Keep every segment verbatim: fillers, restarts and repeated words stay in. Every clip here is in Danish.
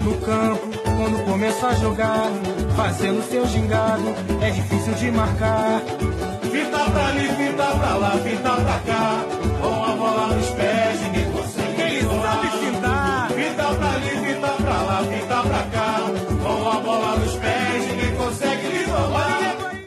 No campo, quando começa a jogar, fazendo seu gingado, é difícil de marcar. Fita pra ali, fita pra lá, fita pra cá, com a bola nos pés, ninguém consegue. Ele sabe fintar. Fita pra ali, fita pra lá, fita pra cá, com a bola nos pés, ninguém consegue lhe roubar.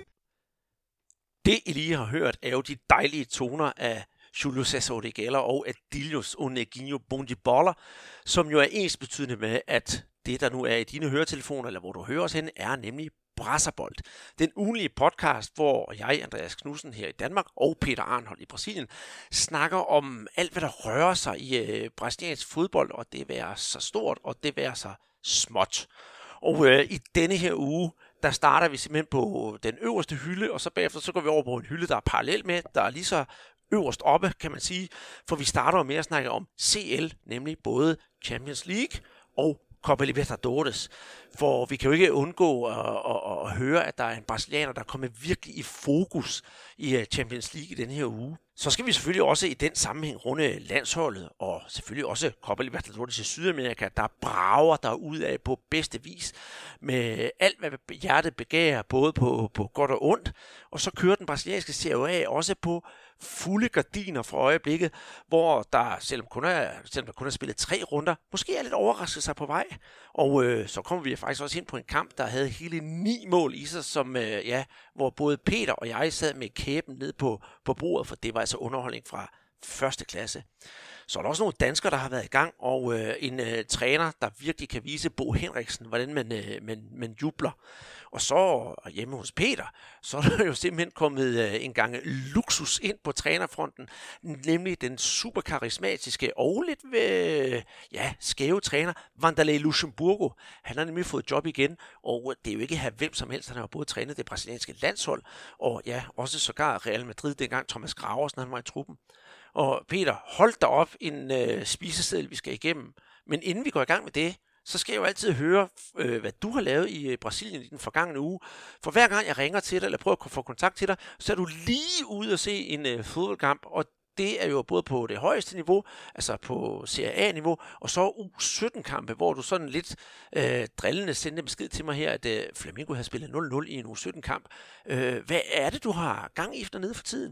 Det, I lige har hørt, er jo de dejlige toner af Julio César Origeller og Adillos Oneguinho Bondiboller, som jo er ensbetydende med, at det, der nu er i dine høretelefoner, eller hvor du hører os hen, er nemlig Brasserbold. Den ugenlige podcast, hvor jeg, Andreas Knudsen her i Danmark, og Peter Arnhold i Brasilien, snakker om alt, hvad der rører sig i øh, brasiliansk fodbold, og det være så stort, og det være så småt. Og øh, i denne her uge, der starter vi simpelthen på den øverste hylde, og så bagefter så går vi over på en hylde, der er parallel med, der er lige så øverst oppe, kan man sige, for vi starter med at snakke om C L, nemlig både Champions League og Copa Libertadores. For vi kan jo ikke undgå at, at, at høre, at der er en brasilianer, der kommer virkelig i fokus i Champions League i den her uge. Så skal vi selvfølgelig også i den sammenhæng runde landsholdet, og selvfølgelig også Copa Libertadores i Sydamerika, der brager der ud af på bedste vis med alt, hvad hjertet begærer, både på, på godt og ondt. Og så kører den brasilianske Serie A også på fulde gardiner for øjeblikket, hvor der, selvom, kun er, selvom der kun er spillet tre runder, måske er lidt overrasket sig på vej. Og øh, så kommer vi faktisk også ind på en kamp, der havde hele ni mål i sig, som, øh, ja, hvor både Peter og jeg sad med kæben ned på, på bordet, for det var altså underholdning fra første klasse. Så er der også nogle danskere, der har været i gang, og øh, en øh, træner, der virkelig kan vise Bo Henriksen, hvordan man, øh, man, man jubler. Og så hjemme hos Peter, så er der jo simpelthen kommet øh, en gang luksus ind på trænerfronten, nemlig den super karismatiske og lidt øh, ja, skæve træner, Vanderlei Luxemburgo. Han har nemlig fået job igen, og det er jo ikke her hvem som helst. Han har jo både trænet det brasilianske landshold, og ja, også sågar Real Madrid, dengang Thomas Graversen han var i truppen. Og Peter, hold da op en øh, spiseseddel, vi skal igennem. Men inden vi går i gang med det, så skal jeg jo altid høre, øh, hvad du har lavet i øh, Brasilien i den forgangne uge. For hver gang jeg ringer til dig, eller prøver at få kontakt til dig, så er du lige ude at se en øh, fodboldkamp. Og det er jo både på det højeste niveau, altså på Serie A-niveau, og så U sytten-kampe, hvor du sådan lidt øh, drillende sendte besked til mig her, at øh, Flamengo havde spillet nul nul i en U sytten-kamp. Øh, hvad er det, du har gang i dernede for tiden?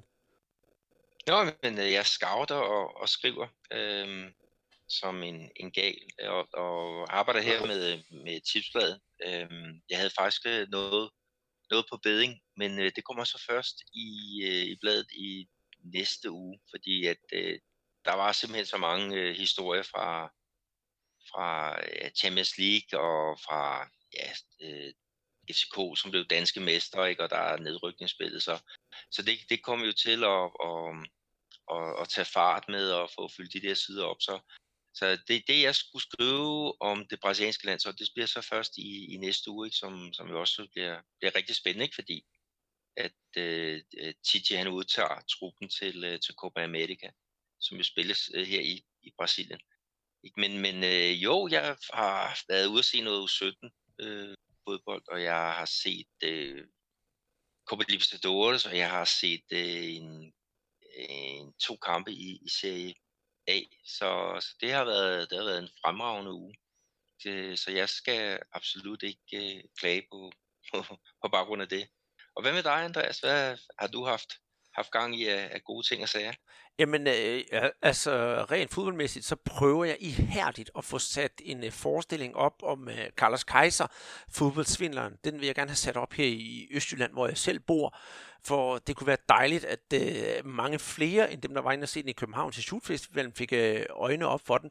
Nå, men øh, jeg scouter og, og skriver øh, som en, en gal, og, og arbejder her med, med tipsbladet. Øh, jeg havde faktisk noget, noget på bedding, men øh, det kommer så først i, øh, i bladet i næste uge, fordi at øh, der var simpelthen så mange øh, historier fra, fra ja, Champions League og fra ja, øh, F C K, som blev danske mestre, ikke? Og der er nedrykningsspillet, så, så det, det kommer jo til at, at, at, at tage fart med og få fyldt de der sider op. Så, så det, det, jeg skulle skrive om det brasilianske land, så det bliver så først i, i næste uge, ikke? Som, som jo også bliver, bliver rigtig spændende, ikke? Fordi at uh, Tite han udtager truppen til, uh, til Copa America, som jo spilles uh, her i, i Brasilien. Ikke? Men, men uh, jo, jeg har været ude at se noget U sytten uh, fodbold, og jeg har set uh, Copa Libertadores, og jeg har set uh, en, en, to kampe i, i Serie A, så, så det, har været, det har været en fremragende uge. Det, så jeg skal absolut ikke uh, klage på, på, på baggrund af det. Og hvad med dig, Andreas? Hvad har du haft, haft gang i af, af gode ting og sager? Jamen, øh, altså rent fodboldmæssigt, så prøver jeg ihærdigt at få sat en øh, forestilling op om øh, Carlos Kaiser, fodboldsvindleren. Den vil jeg gerne have sat op her i Østjylland, hvor jeg selv bor. For det kunne være dejligt, at øh, mange flere end dem, der var inde og se den i København til Shootfestivalen, fik øh, øjne op for den.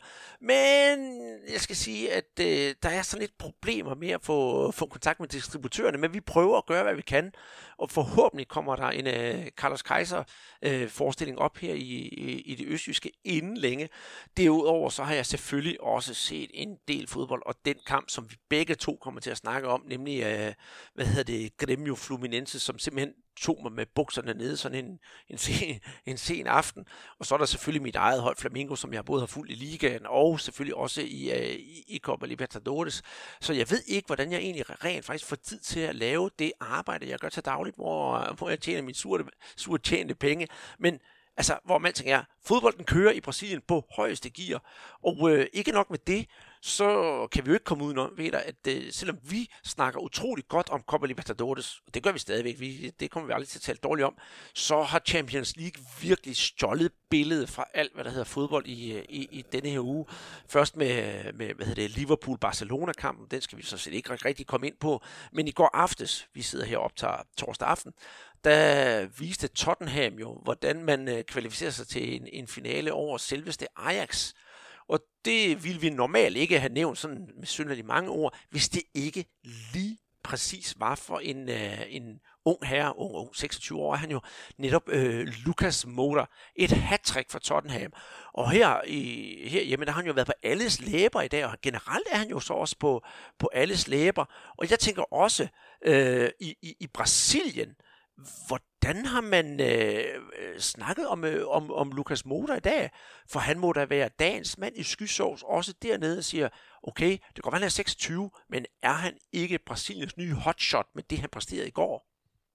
Men jeg skal sige, at øh, der er sådan lidt problemer med at få, få kontakt med distributørerne, men vi prøver at gøre, hvad vi kan. Og forhåbentlig kommer der en øh, Carlos Kaiser øh, forestilling op her i, i, i det østjyske inden længe. Derudover så har jeg selvfølgelig også set en del fodbold, og den kamp, som vi begge to kommer til at snakke om, nemlig, øh, hvad hedder det, Grêmio Fluminense, som simpelthen tog mig med bukserne nede sådan en, en, sen, en sen aften. Og så er der selvfølgelig mit eget hold Flamengo, som jeg både har fulgt i ligaen og selvfølgelig også i, uh, i, i Copa Libertadores. Så jeg ved ikke, hvordan jeg egentlig rent faktisk får tid til at lave det arbejde, jeg gør til dagligt, hvor, hvor jeg tjener mine sure, sure tjente penge. Men altså, hvor man tænker, fodbolden kører i Brasilien på højeste gear. Og øh, ikke nok med det, så kan vi jo ikke komme udenom, ved at øh, selvom vi snakker utroligt godt om Copa Libertadores, og det gør vi stadigvæk, vi, det kommer vi aldrig til at tale dårligt om, så har Champions League virkelig stjålet billedet fra alt, hvad der hedder fodbold i, i, i denne her uge. Først med, med hvad hedder det, Liverpool-Barcelona-kampen, den skal vi så set ikke rigtig komme ind på, men i går aftes, vi sidder her og optager torsdag aften, der viste Tottenham jo, hvordan man øh, kvalificerer sig til en, en finale over selveste Ajax. Og det ville vi normalt ikke have nævnt sådan med synderligt mange ord, hvis det ikke lige præcis var for en, øh, en ung herre, ung, ung, seksogtyve år er han jo, netop øh, Lucas Moura. Et hattrick for Tottenham. Og her, i, her jamen, der har han jo været på alles læber i dag, og generelt er han jo så også på, på alles læber. Og jeg tænker også, øh, i, i, i Brasilien, hvordan har man øh, snakket om, øh, om, om Lucas Moura i dag? For han må da være dagens mand i skysovs, også dernede og siger, okay, det kan godt være, han er seksogtyve, men er han ikke Brasiliens nye hotshot med det, han præsterede i går?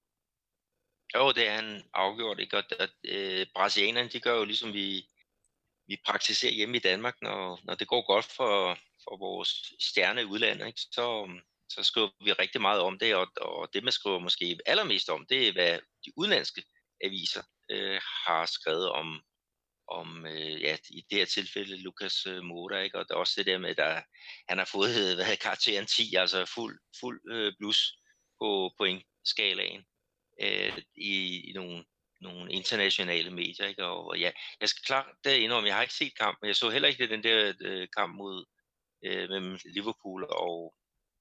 Jo, det er han afgjort, ikke? Og at, øh, brasilianerne, de gør jo ligesom vi, vi praktiserer hjemme i Danmark, når, når det går godt for, for vores stjerne i udlandet, ikke? Så... så skriver vi rigtig meget om det, og, og det man skriver måske allermest om, det er, hvad de udenlandske aviser øh, har skrevet om, om øh, ja, i det her tilfælde Lucas øh, Moura, ikke? Og det er også det der med, at han har fået hvad, karakteren ti, altså fuld, fuld øh, plus på pointskalaen øh, i, i nogle, nogle internationale medier, ikke? Og, og ja, jeg skal klart derindom, jeg har ikke set kampen, jeg så heller ikke den der øh, kamp mod øh, mellem Liverpool og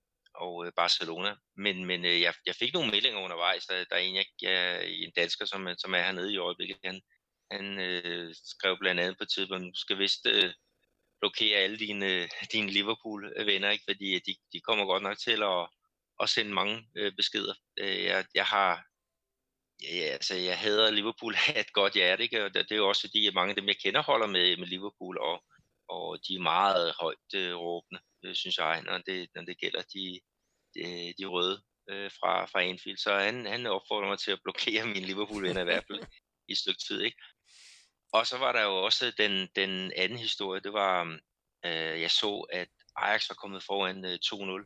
og Barcelona, men, men jeg, jeg fik nogle meldinger undervejs, der, der er en, jeg, jeg, en dansker, som, som er hernede i øjeblikket, han, han øh, skrev blandt andet på et tidspunkt, du skal vist øh, blokere alle dine, dine Liverpool-venner, ikke? Fordi de, de kommer godt nok til at, at sende mange øh, beskeder. Jeg, jeg har, ja, altså jeg hader Liverpool af et godt hjerte, ikke? Og det er jo også fordi, at mange af dem, jeg kender, holder med, med Liverpool, og, og de er meget højt øh, råbende, øh, synes jeg, når det, når det gælder de De, de røde øh, fra, fra Anfield, så han, han opfordrer mig til at blokere mine Liverpool-venner i hvert fald i et stykke tid, ikke? Og så var der jo også den, den anden historie, det var, øh, jeg så, at Ajax var kommet foran øh, to nul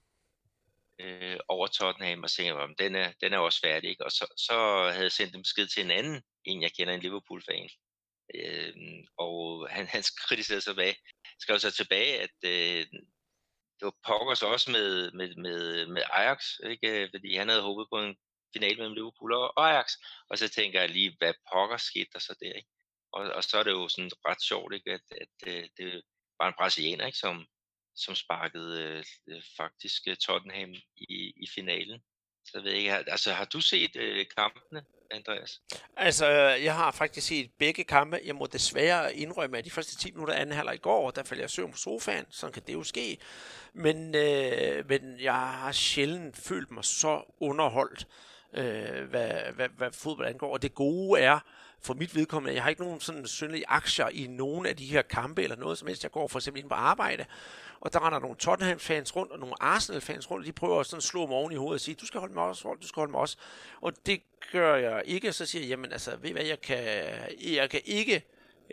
øh, over Tottenham, og tænkte, den er, den er også færdig, ikke? Og så, så havde jeg sendt en besked til en anden, en jeg kender, en Liverpool-fan, øh, og han, han kritiserede sig tilbage, skrev så tilbage, at øh, det var pokkers også med, med, med, med Ajax, ikke? Fordi han havde håbet på en finale mellem Liverpool og Ajax. Og så tænker jeg lige, hvad pokkers skete der så der, ikke? Og, og så er det jo sådan ret sjovt, ikke? At, at, at det var en brasilianer, ikke? Som, som sparkede øh, faktisk Tottenham i, i finalen. Så ved jeg ikke, altså har du set øh, kampene, Andreas? Altså, jeg har faktisk set begge kampe. Jeg må desværre indrømme, at de første ti minutter anden halvleg i går, der faldt jeg i søvn på sofaen. Sådan kan det jo ske. Men, øh, men jeg har sjældent følt mig så underholdt, øh, hvad, hvad, hvad fodbold angår. Og det gode er, for mit vedkommende, jeg har ikke nogen sådan synderlige aktier i nogen af de her kampe, eller noget som helst. Jeg går for eksempel ind på arbejde, og der render nogle Tottenham-fans rundt, og nogle Arsenal-fans rundt, og de prøver sådan at slå mig oven i hovedet og sige, du skal holde med os, du skal holde med os. Og det gør jeg ikke, så siger jeg, jamen altså, ved I hvad, jeg kan, jeg kan ikke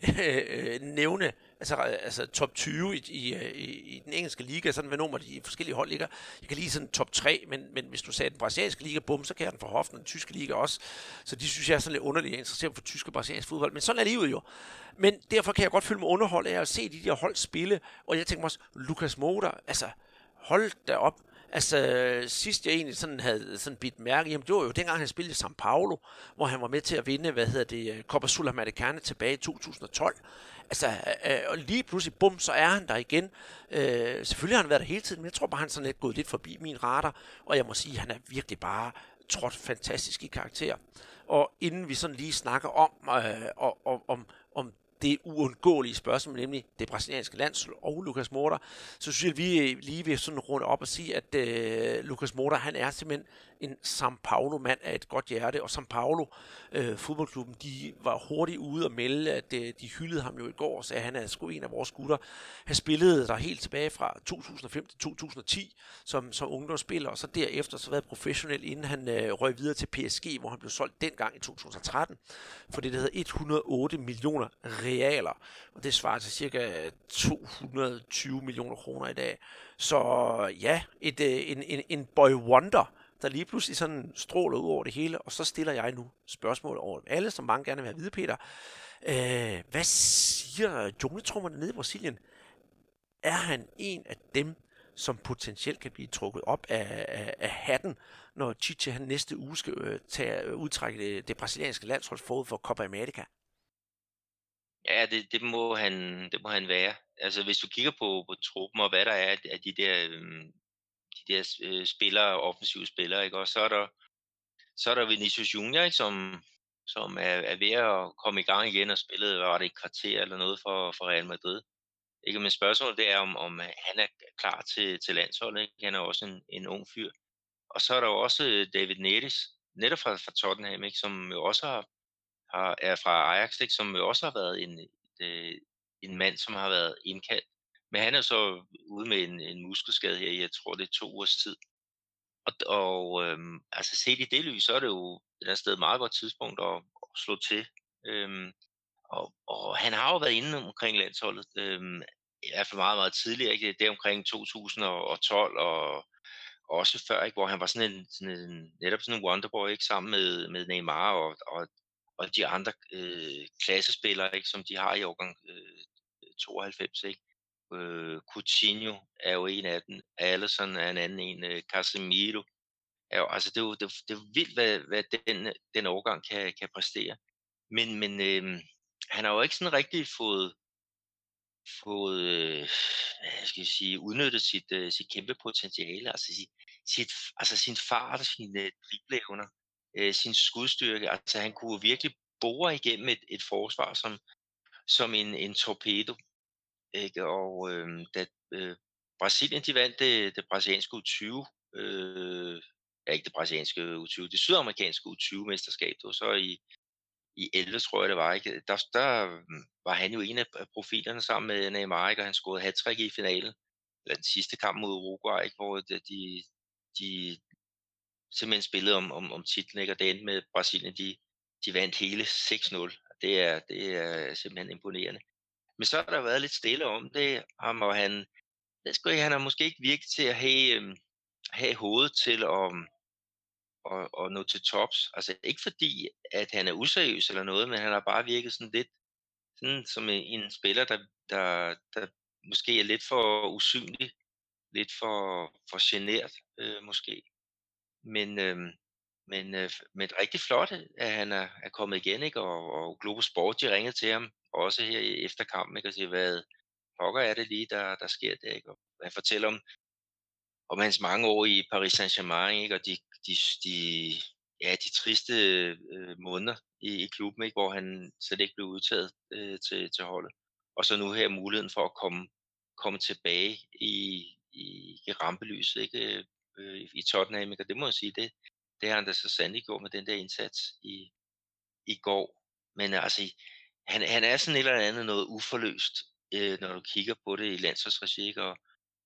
øh, nævne, altså, altså top tyve i, i, i, i den engelske liga, sådan hvad nummer de forskellige hold ligger. Jeg kan lige sådan top tre, men, men hvis du sagde den brasilianske liga, bum, så kan jeg den for hoften, den tyske liga også. Så de synes jeg er sådan lidt underligt, jeg interesserer for tysk og brasiliansk fodbold, men sådan er livet jo. Men derfor kan jeg godt føle mig underholdt af at se de der hold spille, og jeg tænker mig også, Lucas Moura, altså hold da op. Altså, sidst jeg egentlig sådan havde sådan bidt mærke, jamen det var jo dengang, han spillede i São Paulo, hvor han var med til at vinde, hvad hedder det, Copa Sul-Americana tilbage i to tusind og tolv. Altså, øh, og lige pludselig, bum, så er han der igen. Øh, selvfølgelig har han været der hele tiden, men jeg tror bare, han sådan lidt gået lidt forbi min radar, og jeg må sige, at han er virkelig bare trådt fantastisk i karakter. Og inden vi sådan lige snakker om, øh, og, og, om, om det uundgåelige spørgsmål, nemlig det brasilianske landshold og Lucas Moura, så synes jeg, at vi lige vil sådan runde op og sige, at øh, Lucas Moura, han er simpelthen en São Paulo-mand af et godt hjerte, og São Paulo, øh, fodboldklubben, de var hurtigt ude og melde, at øh, de hyldede ham jo i går, og sagde, at han er sgu en af vores gutter. Han spillede der helt tilbage fra to tusind og fem til to tusind og ti som, som ungdomsspiller, og så derefter så været professionel, inden han øh, røg videre til P S G, hvor han blev solgt dengang i to tusind og tretten, for det, der hedder et hundrede og otte millioner realer, og det svarer til cirka to hundrede og tyve millioner kroner i dag. Så ja, et, en, en, en boy wonder, der lige pludselig sådan stråler ud over det hele, og så stiller jeg nu spørgsmål over alle, som mange gerne vil have at vide, Peter. Øh, hvad siger jungletrummerne nede i Brasilien? Er han en af dem, som potentielt kan blive trukket op af, af, af hatten, når Tite han næste uge skal øh, tage, udtrække det, det brasilianske landshold forud for Copa America? Ja, det, det, må han, det må han være. Altså, hvis du kigger på, på truppen og hvad der er af de der, øhm, de der øh, spillere, offensive spillere, ikke? Og så er der, så er der Vinicius Junior, ikke? Som, som er, er ved at komme i gang igen og spillede, var det et kvarter eller noget for, for Real Madrid. Ikke? Men spørgsmålet det er, om, om han er klar til, til landsholdet. Ikke? Han er også en, en ung fyr. Og så er der jo også David Neres, netop fra, fra Tottenham, ikke? Som jo også har, har, er fra Ajax, ikke? Som jo også har været en, et, en mand, som har været indkaldt. Men han er så ude med en, en muskelskade her i, jeg tror det er to ugers tid. Og, og øhm, altså set i det lys, så er det jo et eller andet sted et meget godt tidspunkt at, at slå til. Øhm, og, og han har jo været inde omkring landsholdet, øhm, i hvert fald meget, meget tidligere, ikke? Det er omkring to tusind og tolv og også før, ikke? Hvor han var sådan en, sådan en netop sådan en wonderboy, ikke? Sammen med, med Neymar og, og, og de andre øh, klassespillere, ikke? Som de har i årgang øh, tooghalvfems, ikke? Øh, Coutinho er jo en af dem, Alisson er en anden en, øh, Casemiro er jo, altså det er jo, det, det er jo vildt, hvad, hvad den, den årgang kan, kan præstere. Men, men øh, han har jo ikke sådan rigtig fået, fået øh, hvad skal jeg sige, udnyttet sit, øh, sit kæmpe potentiale, altså, sit, sit, altså sin fart og sine øh, dribleevner, øh, sin skudstyrke. Altså han kunne virkelig bore igennem et, et forsvar som, som en, en torpedo. Ikke? Og øh, da øh, Brasilien de vandt det, det brasilianske U tyve, øh, ja ikke det brasilianske U tyve, det sydamerikanske U tyve mesterskab, det var så i i elleve, tror jeg det var, ikke? Der, der var han jo en af profilerne sammen med Neymar, ikke? Og han scorede hat-trick i finalen, eller den sidste kamp mod Uruguay, ikke? Hvor de, de, de simpelthen spillede om, om, om titlen, ikke? Og det endte med Brasilien, de, de vandt hele seks nul. Det er, det er simpelthen imponerende. Men så har der været lidt stille om det, ham og han, det skulle, han har måske ikke virket til at have, have hovedet til at Og, og nå til tops. Altså ikke fordi, at han er useriøs eller noget, men han har bare virket sådan lidt sådan som en, en spiller, der, der, der måske er lidt for usynlig, lidt for, for genert øh, måske. Men, øh, men, øh, men rigtig flot, at han er, er kommet igen, ikke? Og, og Globo Sport, de ringede til ham, også her efter kampen, ikke? Og siger, hvad pokker er det lige, der, der sker der, ikke? Og han fortæller om, om hans mange år i Paris Saint-Germain, ikke? Og de, de, de, ja, de triste øh, måneder i, i klubben, ikke? Hvor han slet ikke blev udtaget øh, til, til holdet. Og så nu her muligheden for at komme, komme tilbage i, i, i rampelyset, ikke? Øh, i Tottenham, ikke? Og det må jeg sige, det, det har han da så sandelig gjort med den der indsats i, i går. Men altså, han, han er sådan et eller andet noget uforløst, øh, når du kigger på det i landsholdsregi, ikke? Og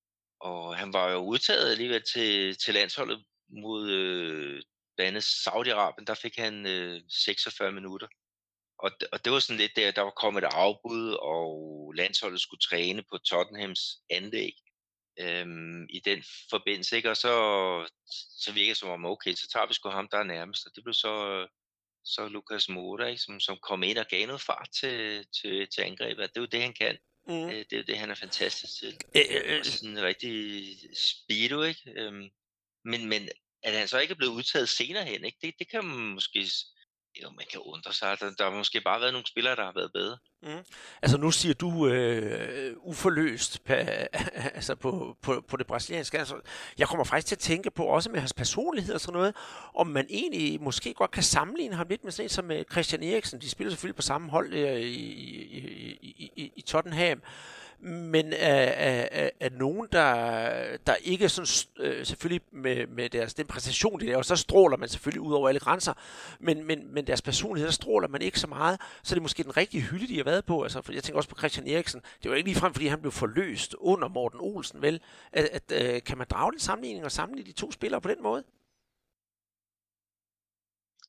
Og han var jo udtaget alligevel til, til landsholdet mod øh, blandt andet Saudi-Arabien. Der fik han øh, seksogfyrre minutter. Og, og det var sådan lidt der, der var kommet et afbud, og landsholdet skulle træne på Tottenhams anlæg øhm, i den forbindelse. Ikke? Og så, så virkede det som om, okay, så tager vi sgu ham, der er nærmest. Og det blev så, så Lucas Moura, ikke? Som, som kom ind og gav noget fart til, til, til angrebet. Det er jo det, han kan. Mm. Det er jo det, han er fantastisk til. Øh, øh, sådan en rigtig speedo, ikke? Øhm, men, men at han så ikke er blevet udtaget senere hen, ikke? Det, det kan man måske... Jo, man kan undre sig. Der, der har måske bare været nogle spillere, der har været bedre. Mm. Altså nu siger du øh, uforløst på, altså på, på, på det brasilianske. Altså, jeg kommer faktisk til at tænke på, også med hans personlighed og sådan noget, om man egentlig måske godt kan sammenligne ham lidt med sådan en som Christian Eriksen. De spiller selvfølgelig på samme hold øh, i, i, i, i, i Tottenham. Men af, af, af nogen, der, der ikke er sådan, øh, selvfølgelig med, med deres, den præstation, de laver, så stråler man selvfølgelig ud over alle grænser, men, men, men deres personlighed, der stråler man ikke så meget, så det er måske den rigtige hylde, de har været på. Altså, for jeg tænker også på Christian Eriksen. Det var ikke ligefrem, fordi han blev forløst under Morten Olsen, vel? At, at, øh, kan man drage den sammenligning og sammenligne de to spillere på den måde?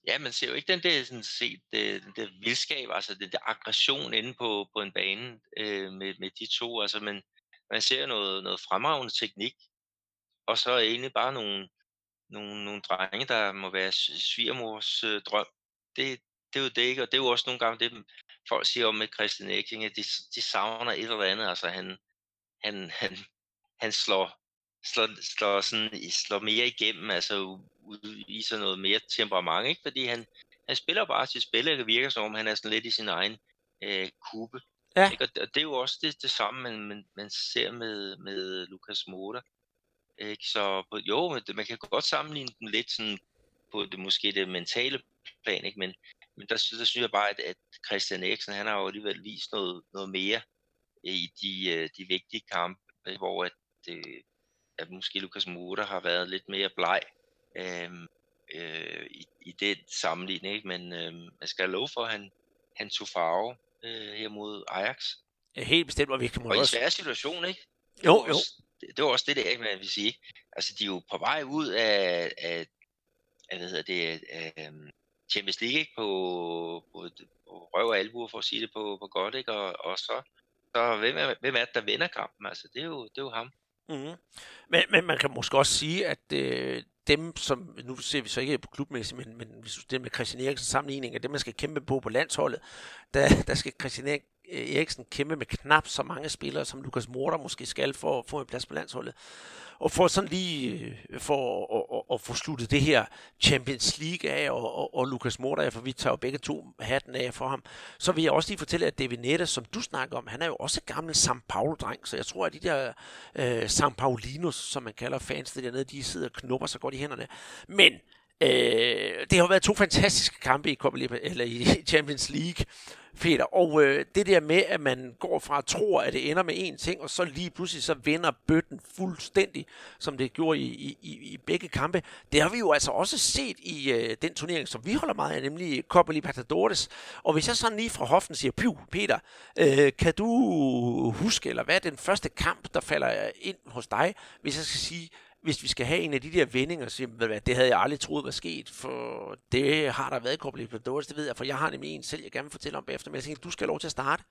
Ja, man ser jo ikke den der, sådan set, det, den der vildskab, altså den der aggression inde på, på en bane øh, med, med de to. Altså, man, man ser noget, noget fremragende teknik, og så egentlig bare nogle, nogle, nogle drenge, der må være s- svigermors øh, drøm. Det, det er jo det, ikke? Og det er jo også nogle gange det, folk siger om med Christian Eriksen, at de, de savner et eller andet. Altså, han, han, han, han slår, slår, slår, sådan, slår mere igennem, altså udviser noget mere temperament, ikke? Fordi han, han spiller bare sit spil, og det virker som om, han er sådan lidt i sin egen øh, kube. Ja, Ikke? Og, det, og det er jo også det, det samme, man, man, man ser med, med Lukas Moura. Ikke? Så på, jo, men det- man kan godt sammenligne dem lidt sådan på det, måske det mentale plan, ikke? Men, men der, sy- der synes jeg bare, at, at Christian Eriksen, han har jo alligevel vist noget, noget mere i de, øh, de vigtige kampe, øh, hvor at, øh, at måske Lukas Moura har været lidt mere bleg øhm, øh, i, i det sammenligning, ikke? Men øh, man skal have lov for, at han, han tog farve øh, her mod Ajax. helt bestemt, og vi kan Og i en også... svær situation, ikke? Det Jo, var jo. også det, det, var også det der, man vil sige. Altså, de er jo på vej ud af, af, af hvad hedder det, af, Champions League, ikke? På, på, på røv og albuer, for at sige det på, på godt, ikke? Og, og så, så hvem, er, hvem er det, der vinder kampen? Altså, det er jo, det er jo ham. Mm-hmm. Men, men man kan måske også sige, at øh, dem, som, nu ser vi så ikke på klubmæssigt, men, men hvis du det med Christian Eriksen sammenligning af dem, man skal kæmpe på på landsholdet, der, der skal Christian Eriksen kæmpe med knap så mange spillere, som Lukas Moura måske skal for at få en plads på landsholdet. Og for sådan lige for at, at, at få sluttet det her Champions League af, og, og, og Lukas Moura, for vi tager jo begge to hatten af for ham, så vil jeg også lige fortælle, at David Neres, som du snakker om, han er jo også gammel São Paulo-dreng, så jeg tror, at de der øh, São Paulinos, som man kalder fans dernede, de sidder og knupper sig godt i hænderne. Men øh, det har været to fantastiske kampe i, Copa Liga, eller i Champions League, Peter, og øh, det der med, at man går fra at tro, at det ender med én ting, og så lige pludselig så vender bøtten fuldstændig, som det gjorde i, i, i begge kampe. Det har vi jo altså også set i øh, den turnering, som vi holder meget af, nemlig Copa Libertadores. Og hvis jeg sådan lige fra hoften siger, piv, Peter, øh, kan du huske, eller hvad er den første kamp, der falder ind hos dig, hvis jeg skal sige, hvis vi skal have en af de der vendinger, så ved hvad, det havde jeg aldrig troet var sket, for det har der været i Copa Libertadores, det ved jeg, for jeg har nemlig en selv, jeg gerne vil fortælle om bagefter, men jeg tænker, du skal have lov til at starte.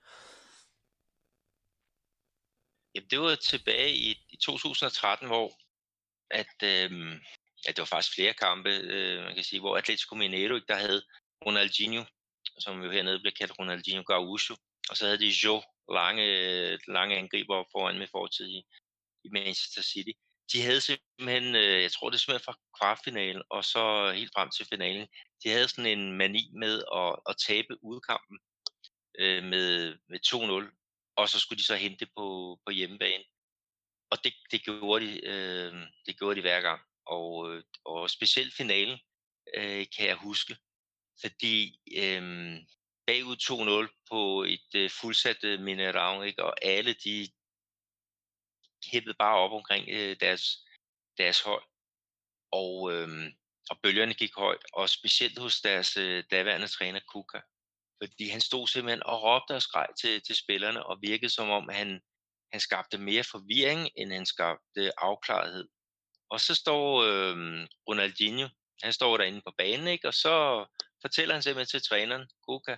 Jamen, det var tilbage i, i to tusind og tretten, hvor at, øhm, at det var faktisk flere kampe, øh, man kan sige, hvor Atletico Mineiro, der havde Ronaldinho, som jo hernede blev kaldt Ronaldinho Gaúcho, og så havde de Jo, lange, lange angriber foran med fortid i, i Manchester City. De havde simpelthen, øh, jeg tror det er simpelthen fra kvartfinalen, og så helt frem til finalen, de havde sådan en mani med at, at tabe udkampen øh, med, med to nul, og så skulle de så hente på, på hjemmebane. Og det, det, gjorde de, øh, det gjorde de hver gang. Og, øh, og specielt finalen øh, kan jeg huske, fordi øh, bagud to nul på et øh, fuldsat øh, Mineirão, ikke? Og alle de hæppede bare op omkring øh, deres, deres hold. Og, øh, og bølgerne gik højt, og specielt hos deres øh, daværende træner Kuka. Fordi han stod simpelthen og råbte og skreg til, til spillerne, og virkede som om, han, han skabte mere forvirring, end han skabte afklarethed. Og så står øh, Ronaldinho, han står derinde på banen, ikke? Og så fortæller han simpelthen til træneren, Kuka,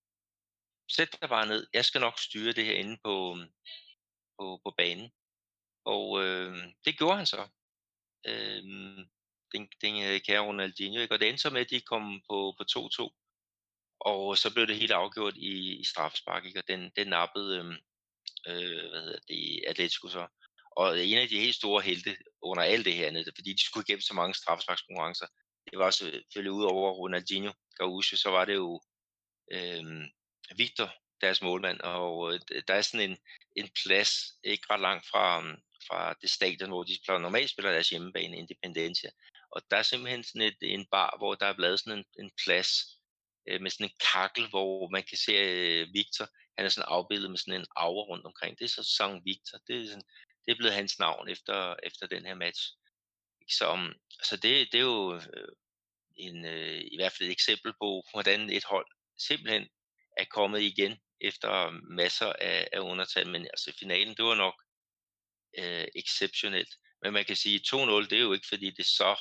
sæt dig bare ned, jeg skal nok styre det her inde på, på, på banen. Og øh, det gjorde han så. Øh, den, den kære Ronaldinho, ikke? Og det endte så med, at de kom på, på to to. Og så blev det helt afgjort i, i straffespark, ikke? Og den, den nappede øh, øh, hvad hedder det, Atletico så. Og en af de helt store helte under alt det her andet, fordi de skulle igennem så mange straffesparkskonkurrencer, det var selvfølgelig ud over Ronaldinho Gaúcho, så var det jo øh, Victor, deres målmand, og øh, der er sådan en, en plads ikke ret langt fra, fra det stadion, hvor de normalt spiller deres hjemmebane, Independencia. Og der er simpelthen sådan et, en bar, hvor der er blevet sådan en, en plads øh, med sådan en kakkel, hvor man kan se øh, Victor, han er sådan afbildet med sådan en aura rundt omkring. Det er så Sankt Victor. Det er, sådan, det er blevet hans navn efter, efter den her match. Så, så det, det er jo øh, en, øh, i hvert fald et eksempel på, hvordan et hold simpelthen er kommet igen efter masser af, af undertal. Men altså finalen, det var nok øh, exceptionelt. Men man kan sige, to nul, det er jo ikke fordi det så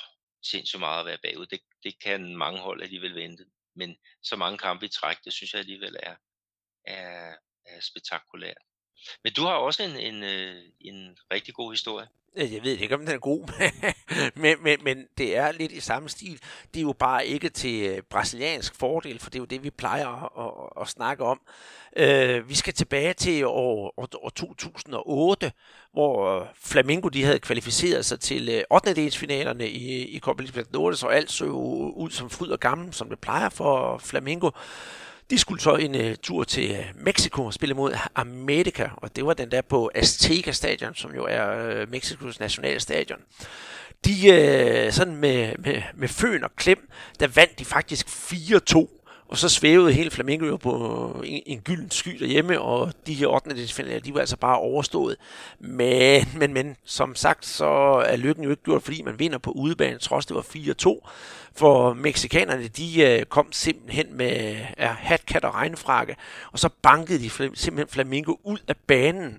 sindssygt meget at være bagud. Det, det kan mange hold alligevel vente. Men så mange kampe i træk, det synes jeg alligevel er, er, er spektakulært. Men du har også en, en, øh, en rigtig god historie. Jeg ved ikke, om den er god, men, men, men det er lidt i samme stil. Det er jo bare ikke til brasiliansk fordel, for det er jo det, vi plejer at, at, at snakke om. Uh, vi skal tilbage til år, år, år to tusind og otte, hvor Flamengo de havde kvalificeret sig til ottendedelsfinalerne i, i Copa Libertadores, og alt så ud som fryd og gammel, som det plejer for Flamengo. De skulle så en uh, tur til uh, Mexico og spille mod America, og det var den der på Azteca Stadion, som jo er uh, Mexikos nationalstadion. De, uh, sådan med, med, med føn og klem, der vandt de faktisk fire to, og så svævede hele Flamengo jo på en, en gylden sky derhjemme, og de her ottendedelsfinaler, de var altså bare overstået. Men, men, men, som sagt, så er lykken jo ikke gjort, fordi man vinder på udebane, trods det var fire to. For mexikanerne, de kom simpelthen med ja, hat, kat og regnfrakke, og så bankede de simpelthen Flamengo ud af banen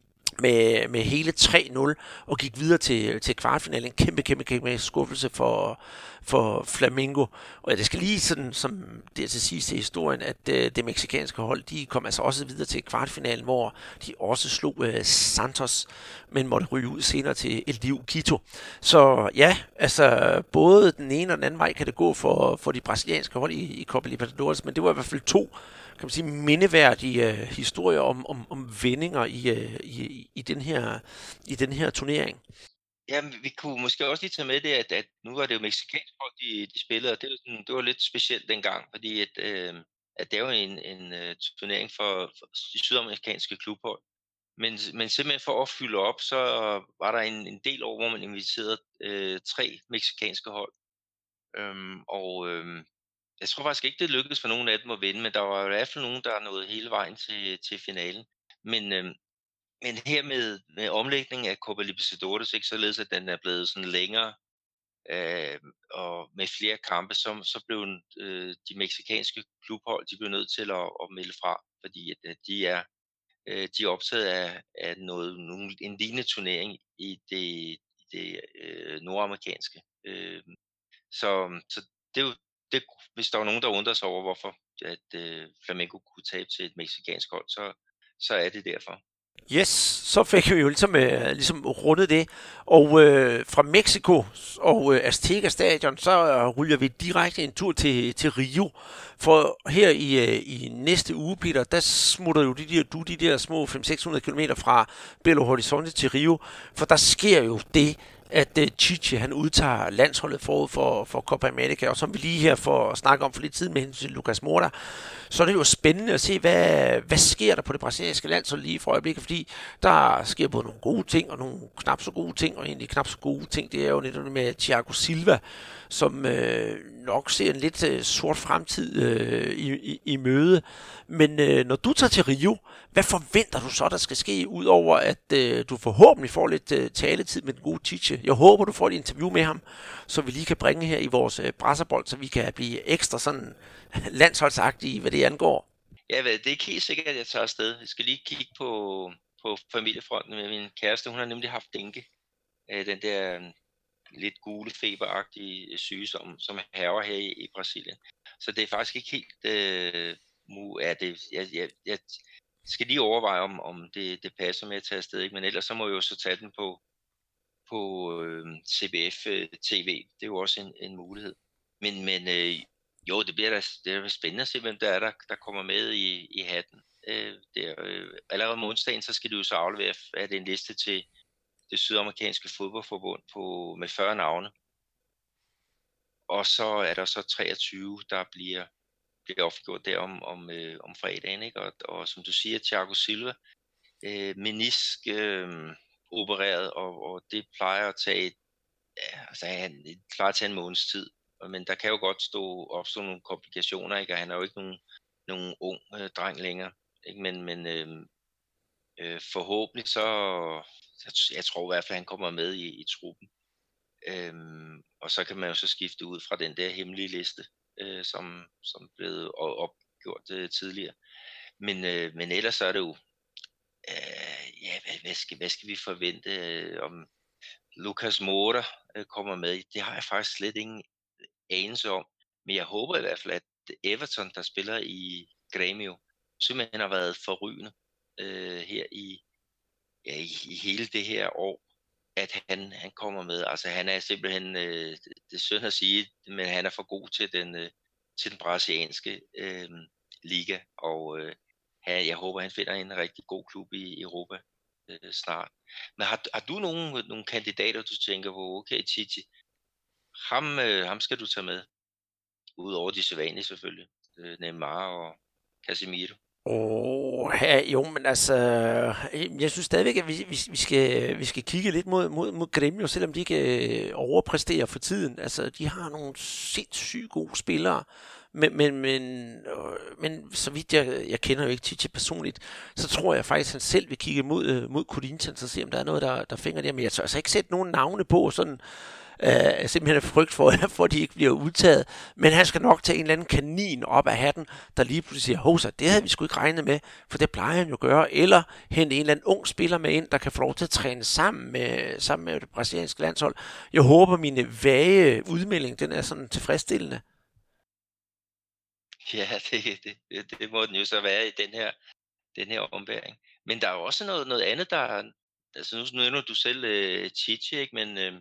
med, med hele tre nul og gik videre til, til kvartfinalen. En kæmpe, kæmpe, kæmpe skuffelse for, for Flamengo. Og det skal lige sådan, som det til sidst i historien, at uh, det mexikanske hold, de kom altså også videre til kvartfinalen, hvor de også slog uh, Santos, men måtte ryge ud senere til El Divo Quito. Så ja, altså både den ene og den anden vej kan det gå for, for de brasilianske hold i, i Copa Libertadores, men det var i hvert fald to, kan man sige, mindeværdige uh, historier om, om, om vendinger i, uh, i, i, den her, i den her turnering. Ja, vi kunne måske også lige tage med det, at, at nu var det jo mexikansk hold, de, de spillede, og det var, sådan, det var lidt specielt dengang, fordi at, øh, at det er jo en, en uh, turnering for, for de sydamerikanske klubhold. Men, men simpelthen for at fylde op, så var der en, en del år, hvor man inviterede øh, tre mexikanske hold. Øhm, og øh, jeg tror faktisk ikke, det lykkedes for nogen af dem at vinde, men der var i hvert fald nogen, der nåede hele vejen til, til finalen. Men, øh, men her med, med omlægning af Copa Libertadores, ikke, således at den er blevet sådan længere øh, og med flere kampe, så, så blev øh, de mexikanske klubhold, de blev nødt til at, at melde fra, fordi at, at de er øh, de er optaget af, af noget, nogle, en lignende turnering i det, i det øh, nordamerikanske. Øh, så, så det er jo, det, hvis der var nogen, der undrer sig over, hvorfor at øh, Flamengo kunne tabe til et mexikansk hold, så, så er det derfor. Yes, så fik vi jo ligesom, øh, ligesom rundet det. Og øh, fra Mexico og øh, Azteca Stadion, så øh, ryger vi direkte en tur til, til Rio. For her i, øh, i næste uge, Peter, der smutter jo de der, du de der små fem til seks hundrede kilometer fra Belo Horizonte til Rio. For der sker jo det, at uh, Chiche, han udtager landsholdet forud for, for Copa America, og som vi lige her får snakke om for lidt tid med hensyn til Lucas Moura, så er det jo spændende at se, hvad, hvad sker der på det brasilianske landshold lige for øjeblikket, fordi der sker både nogle gode ting, og nogle knap så gode ting, og egentlig knap så gode ting, det er jo netop med Thiago Silva, som øh, nok ser en lidt øh, sort fremtid øh, i, i, i møde. Men øh, når du tager til Rio, hvad forventer du så, der skal ske, udover at øh, du forhåbentlig får lidt øh, taletid med den gode Chiche? Jeg håber, du får et interview med ham, så vi lige kan bringe her i vores øh, brasserbold, så vi kan blive ekstra sådan landsholdsagtige, hvad det angår. Ja, det er ikke helt sikkert, at jeg tager afsted. Jeg skal lige kigge på, på familiefronten med min kæreste. Hun har nemlig haft dengue. Den der lidt gule feberagtige syge, som, som hærger her i, i Brasilien. Så det er faktisk ikke helt øh, mu er det. Jeg, jeg, jeg skal lige overveje, om, om det, det passer med at tage afsted, ikke? Men ellers så må jeg jo så tage den på, på øh, C B F T V. Det er jo også en, en mulighed. Men, men øh, jo, det bliver da, det er spændende at se, hvem der er, der, der kommer med i, i hatten. Øh, det er, øh, allerede om onsdagen, så skal du jo så aflevere, at det er en liste til det sydamerikanske fodboldforbund på, med fyrre navne. Og så er der så treogtyve, der bliver, bliver offentliggjort der om, om, øh, om fredagen. Ikke? Og, og som du siger, Thiago Silva, øh, menisk øh, opereret, og, og det plejer at tage, ja, altså, han, det plejer at tage en måneds tid. Men der kan jo godt stå, opstå nogle komplikationer, ikke? Og han er jo ikke nogen, nogen ung øh, dreng længere. Ikke? Men, men øh, øh, forhåbentlig så, jeg, jeg tror i hvert fald, han kommer med i, i truppen. Øhm, og så kan man jo så skifte ud fra den der hemmelige liste, øh, som, som blev opgjort øh, tidligere. Men, øh, men ellers så er det jo, øh, ja, hvad, hvad, skal, hvad skal vi forvente øh, om Lucas Moura øh, kommer med. Det har jeg faktisk slet ingen anelse om. Men jeg håber i hvert fald, at Everton, der spiller i Grêmio, simpelthen har været forrygende øh, her i, ja, i, i hele det her år, at han, han kommer med. Altså han er simpelthen, øh, det, det er synd at sige, men han er for god til den, øh, til den brasilianske øh, liga, og øh, han, jeg håber, han finder en rigtig god klub i Europa øh, snart. Men har, har du nogle, nogle kandidater, du tænker på, okay, Tite, ham, øh, ham skal du tage med? Udover de sædvanlige selvfølgelig, øh, Neymar og Casemiro. Åh, ja, jo, men altså, jeg synes stadigvæk, at vi, vi, vi, skal, vi skal kigge lidt mod, mod, mod Grêmio, selvom de ikke overpræsterer for tiden. Altså, de har nogle sindssygt gode spillere, men, men, men, øh, men så vidt jeg, jeg kender jo ikke Tite personligt, så tror jeg faktisk, at han selv vil kigge mod, mod Corinthians og se, om der er noget, der, der fænger der. Men jeg tør altså ikke sætte nogen navne på, sådan Uh, simpelthen er frygt for, for at de ikke bliver udtaget. Men han skal nok tage en eller anden kanin op af hatten, der lige pludselig siger, hosa, det havde vi sgu ikke regnet med, for det plejer han jo at gøre. Eller hente en eller anden ung spiller med ind, der kan få lov til at træne sammen med, sammen med det brasilianske landshold. Jeg håber, mine vage udmelding, den er sådan tilfredsstillende. Ja, det, det, det må den jo så være i den her, den her omværing. Men der er jo også noget, noget andet, der altså nu nævner du selv uh, Tite, ikke? Men uh,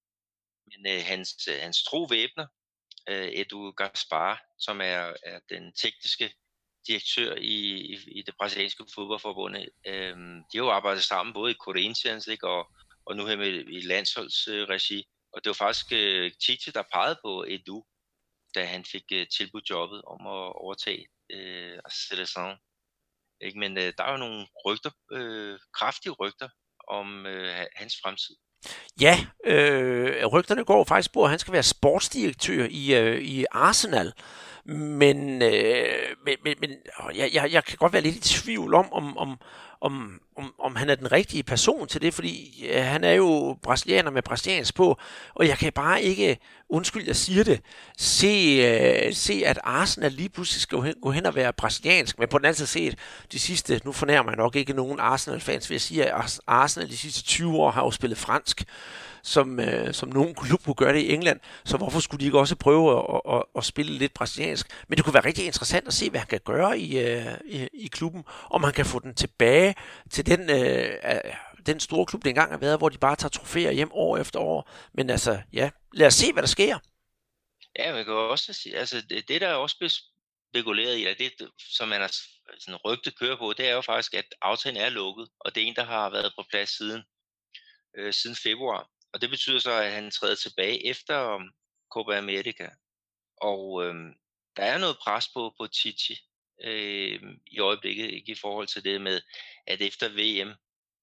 Men øh, hans, øh, hans tro væbner, øh, Edu Gaspar, som er, er den tekniske direktør i, i, i det brasilianske fodboldforbund, øh, de har jo arbejdet sammen både i Corinthians, ikke, og, og nu her med i landsholdsregi. Øh, og det var faktisk øh, Tite, der pegede på Edu, da han fik øh, tilbudt jobbet om at overtage øh, Seleção. Ikke? Men øh, der er jo nogle rygter, øh, kraftige rygter om øh, hans fremtid. Ja, øh, rygterne går faktisk på, at han skal være sportsdirektør i, øh, i Arsenal. Men, øh, men, men, men jeg, jeg, jeg kan godt være lidt i tvivl om, om, om, om, om, om han er den rigtige person til det, fordi øh, han er jo brasilianer med brasiliansk på, og jeg kan bare ikke, undskyld jeg siger det, se, øh, se at Arsenal lige pludselig skal gå hen, gå hen og være brasiliansk, men på den anden side set, de sidste, nu fornærmer jeg nok ikke nogen Arsenal-fans, vil jeg sige, at Arsenal de sidste tyve år har jo spillet fransk, som, øh, som nogen klub kunne gøre det i England, så hvorfor skulle de ikke også prøve at, at, at spille lidt brasiliansk? Men det kunne være rigtig interessant at se, hvad han kan gøre i, øh, i, i klubben, om han kan få den tilbage til den, øh, den store klub, det engang har været, hvor de bare tager trofæer hjem år efter år. Men altså, ja, lad os se, hvad der sker. Ja, man kan også sige, altså det, det der er også blevet spekuleret i, det, som man har sådan rygte kører på, det er jo faktisk, at aftalen er lukket, og det er en, der har været på plads siden, øh, siden februar. Og det betyder så, at han træder tilbage efter um, Copa America. Og øhm, der er noget pres på, på Tite øh, i øjeblikket, ikke i forhold til det med, at efter V M,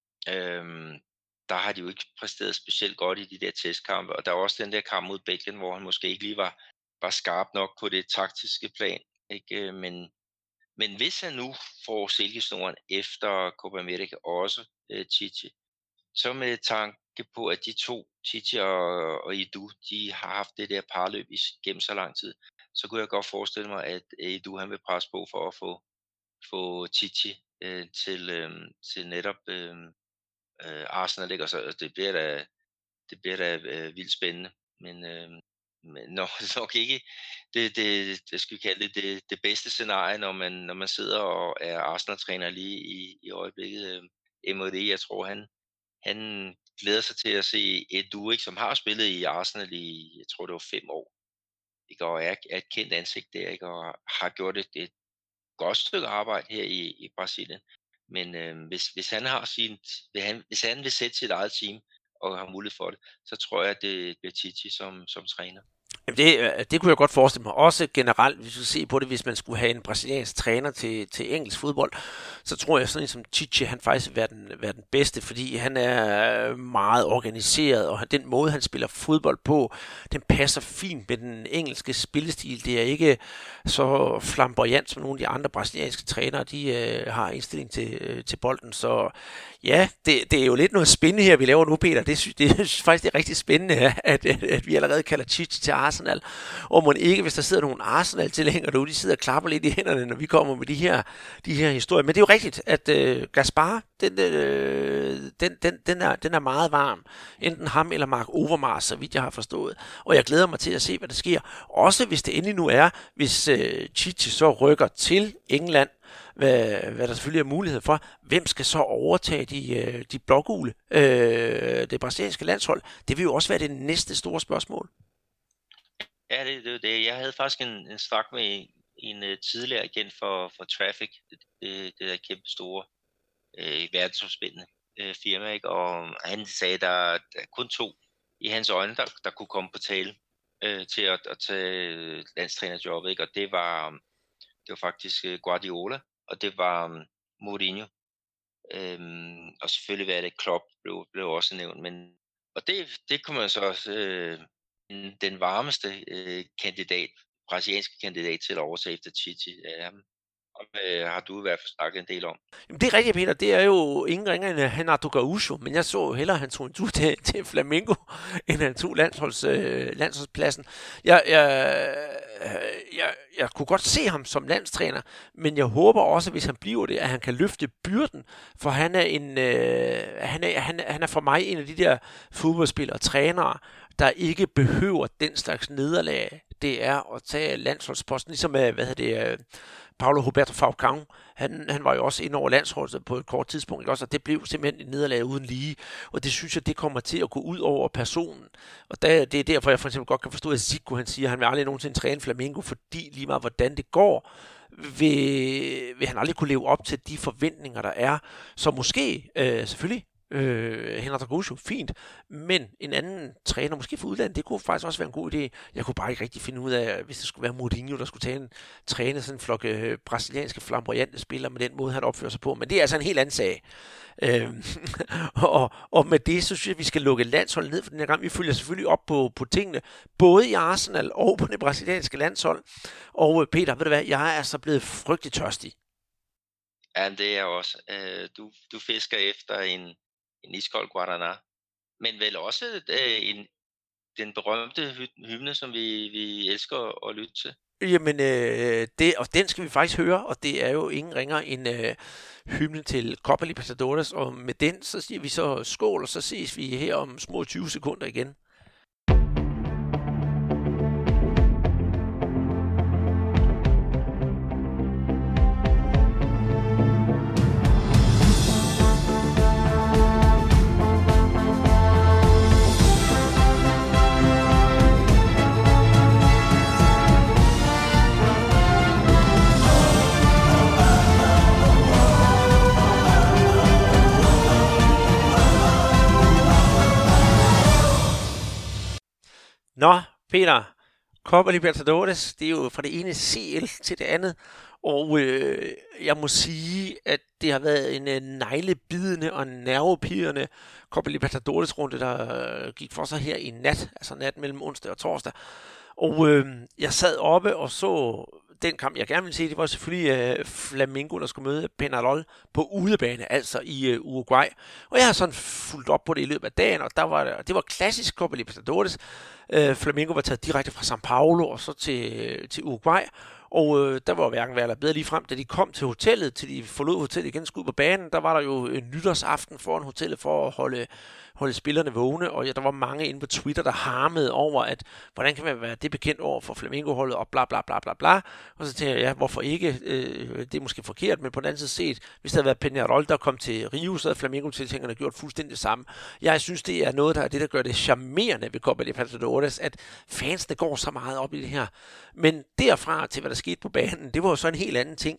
øh, der har de jo ikke præsteret specielt godt i de der testkampe. Og der er også den der kamp mod Belgien, hvor han måske ikke lige var, var skarp nok på det taktiske plan. Ikke? Men, men hvis han nu får silkesnoren efter Copa America også, øh, Tite, så med tanke på, at de to, Tite og, og Edu, de har haft det der parløb igennem så lang tid, så kunne jeg godt forestille mig, at Edu han vil presse på for at få, få Tite øh, til, øh, til netop øh, øh, Arsenal, ikke? Og så det bliver da, det bliver da øh, vildt spændende, men, øh, men nok, nok ikke det, det, det skal vi kalde det, det, det bedste scenarie, når man, når man sidder og er Arsenal-træner lige i, i øjeblikket. Øh, Emery, jeg tror han Han glæder sig til at se Edu, ikke, som har spillet i Arsenal i, jeg tror det var fem år, ikke, og er, er et kendt ansigt der, ikke, og har gjort et, et godt stykke arbejde her i, i Brasilien. Men øh, hvis, hvis, han har sin, hvis, han, hvis han vil sætte sit eget team og har mulighed for det, så tror jeg, at det bliver Tite som, som træner. Jamen det, det kunne jeg godt forestille mig. Også generelt, hvis vi skal se på det, hvis man skulle have en brasiliansk træner til, til engelsk fodbold, så tror jeg sådan en som Tite, han faktisk vil være den, være den bedste, fordi han er meget organiseret, og den måde, han spiller fodbold på, den passer fint med den engelske spillestil. Det er ikke så flamboyant, som nogle af de andre brasilianske trænere, de øh, har indstilling til, øh, til bolden. Så ja, det, det er jo lidt noget spændende her, vi laver nu, Peter. Det, det, det synes faktisk, det er rigtig spændende, at, at, at vi allerede kalder Tite til Arsenal. Arsenal. Og må ikke, hvis der sidder nogle Arsenal-tilhængere derude, de sidder og klapper lidt i hænderne, når vi kommer med de her, de her historier. Men det er jo rigtigt, at øh, Gaspar, den, øh, den, den, den, er, den er meget varm. Enten ham eller Mark Overmars, så vidt jeg har forstået. Og jeg glæder mig til at se, hvad der sker. Også hvis det endelig nu er, hvis øh, Chichi så rykker til England, Hvad, hvad der selvfølgelig er mulighed for. Hvem skal så overtage de, de blågule, øh, det brasilianske landshold? Det vil jo også være det næste store spørgsmål. Ja, det er det, det. Jeg havde faktisk en, en snak med en, en uh, tidligere agent for, for Traffic, det, det, det der kæmpe store, øh, verdensomspændende øh, firma, ikke? Og han sagde, at der, der er kun to i hans øjne, der, der kunne komme på tale øh, til at, at tage landstrænerjobbet, ikke? Og det var, det var faktisk uh, Guardiola, og det var um, Mourinho. Øhm, og selvfølgelig var det Klopp, blev, blev også nævnt. Men, og det, det kunne man så også, øh, den varmeste øh, kandidat, brasilianske kandidat til at overtage efter Chichi. Ja, og øh, har du i hvert fald snakket en del om. Jamen, det er rigtigt, Peter. Det er jo ingen ringer end Renato Gaúcho, men jeg så jo hellere, at han tog en tur til, til Flamengo, end han tog landsholds, øh, landsholdspladsen. Jeg, jeg, jeg, jeg kunne godt se ham som landstræner, men jeg håber også, hvis han bliver det, at han kan løfte byrden, for han er, en, øh, han er, han, han er for mig en af de der fodboldspillere og trænere, der ikke behøver den slags nederlag, det er at tage landsholdsposten, ligesom hvad hedder det, Paulo Roberto Falcão, han, han var jo også inde over landsholdet på et kort tidspunkt, ikke også? Og det blev simpelthen et nederlag uden lige, og det synes jeg, det kommer til at gå ud over personen. Og der, det er derfor, jeg for eksempel godt kan forstå, at Zico, han siger, at han vil aldrig nogensinde træne Flamengo, fordi lige meget hvordan det går, vil, vil han aldrig kunne leve op til de forventninger, der er. Så måske, øh, selvfølgelig, Øh, Renato Gaúcho, fint, men en anden træner, måske for udlandet, det kunne faktisk også være en god idé. Jeg kunne bare ikke rigtig finde ud af, hvis det skulle være Mourinho, der skulle tage en, træne sådan en flok øh, brasilianske flamboyante spillere med den måde, han opfører sig på, men det er altså en helt anden sag. Øh, og, og med det, så synes jeg, at vi skal lukke landsholdet ned for den her gang. Vi følger selvfølgelig op på, på tingene, både i Arsenal og på det brasilianske landshold. Og Peter, ved du hvad, jeg er altså blevet frygtelig tørstig. Ja, det er jeg også. Øh, du, du fisker efter en en iskold Guaraná, men vel også øh, en, den berømte hy- hymne, som vi, vi elsker at lytte til. Jamen, øh, det, og den skal vi faktisk høre, og det er jo ingen ringer end øh, hymne til Copa Libertadores, og med den, så siger vi så skål, og så ses vi her om små tyve sekunder igen. Nå, Peter, Copa Libertadores, det er jo fra det ene C L til det andet, og øh, jeg må sige, at det har været en øh, neglebidende og nervepirrende Copa Libertadores-runde, der øh, gik for sig her i nat, altså nat mellem onsdag og torsdag. Og øh, jeg sad oppe og så den kamp, jeg gerne ville se, det var selvfølgelig øh, Flamengo, der skulle møde Peñarol på udebane, altså i øh, Uruguay. Og jeg har sådan fulgt op på det i løbet af dagen, og der var, det var klassisk Copa Libertadores. Øh, Flamengo var taget direkte fra São Paulo og så til, til Uruguay. Og øh, der var hverken værre eller bedre lige frem, da de kom til hotellet, til de forlod hotellet igen, skulle ud på banen, der var der jo en nytårsaften foran hotellet for at holde, holde spillerne vågne, og ja, der var mange inde på Twitter, der harmede over, at hvordan kan man være det bekendt over for Flamengo-holdet, og bla bla bla bla bla. Og så tænkte jeg, ja, hvorfor ikke? Øh, det er måske forkert, men på den anden side set, hvis der havde været Peñarol, der kom til Rio, så havde Flamengo-tilhængerne gjort fuldstændig det samme. Jeg synes, det er noget, der er det, der gør det charmerende ved Copa Libertadores, at fansene går så meget op i det her. Men derfra til, hvad der skete på banen, det var jo så en helt anden ting,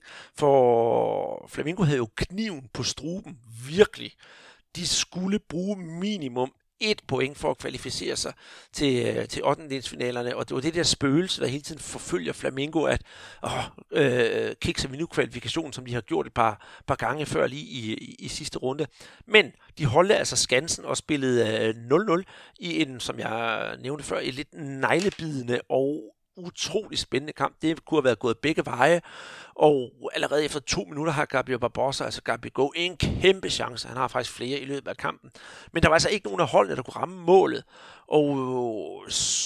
for Flamengo havde jo kniven på struben, virkelig. De skulle bruge minimum et point for at kvalificere sig til, til ottendedelsfinalerne, og det var det der spøgelse, der hele tiden forfølger Flamengo, at åh, øh, kikser vi nu kvalifikationen, som de har gjort et par, par gange før lige i, i, i sidste runde. Men de holdte altså skansen og spillede øh, nul nul i en, som jeg nævnte før, et lidt neglebidende og utrolig spændende kamp. Det kunne have været gået begge veje, og allerede efter to minutter har Gabriel Barbosa, altså Gabigol, en kæmpe chance. Han har faktisk flere i løbet af kampen. Men der var altså ikke nogen af holdene, der kunne ramme målet. Og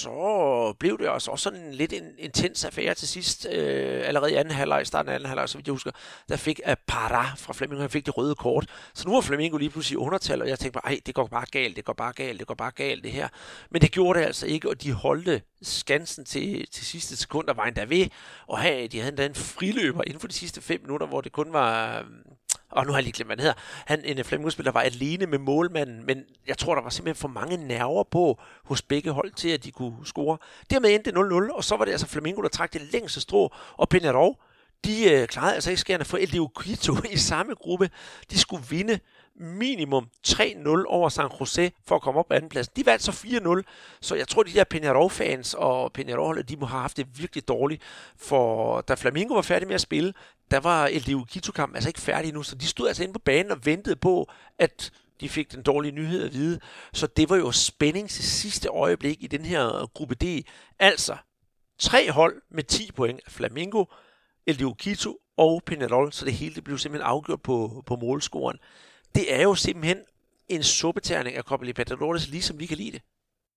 så blev det også, også sådan en lidt en intens affære til sidst. Øh, allerede i anden halvleg, starten af anden halvleg, så vidt jeg husker, der fik uh, Parra fra Flamengo, han fik det røde kort. Så nu var Flamengo lige pludselig undertal, og jeg tænkte bare, ej, det går bare galt, det går bare galt, det går bare galt det her. Men det gjorde det altså ikke, og de holdte skansen til, til sidste sekund, der var endda ved. Og her, de havde endda en friløber inden for de sidste fem minutter, hvor det kun var... Og nu har jeg lige glemt, hvad han hedder. Han, en Flamengo-spiller, var alene med målmanden, men jeg tror, der var simpelthen for mange nerver på hos begge hold til, at de kunne score. Dermed endte det nul nul, og så var det altså Flamengo, der trak det længste strå, og Peñarol, de øh, klarede altså ikke skærende for L D U Quito i samme gruppe. De skulle vinde minimum tre nul over San Jose for at komme op på andenpladsen. De vandt så fire nul, så jeg tror, de der Peñarol-fans og Peñarol, de må have haft det virkelig dårligt, for da Flamengo var færdig med at spille, der var L D U Quito-kampen altså ikke færdig nu, så de stod altså inde på banen og ventede på, at de fik den dårlige nyhed at vide. Så det var jo spænding til sidste øjeblik i den her gruppe D. Altså, tre hold med ti point af Flamengo, L D U Quito og Peñarol, så det hele det blev simpelthen afgjort på, på målscoren. Det er jo simpelthen en suppeterning af Copa Libertadores, ligesom vi kan lide det.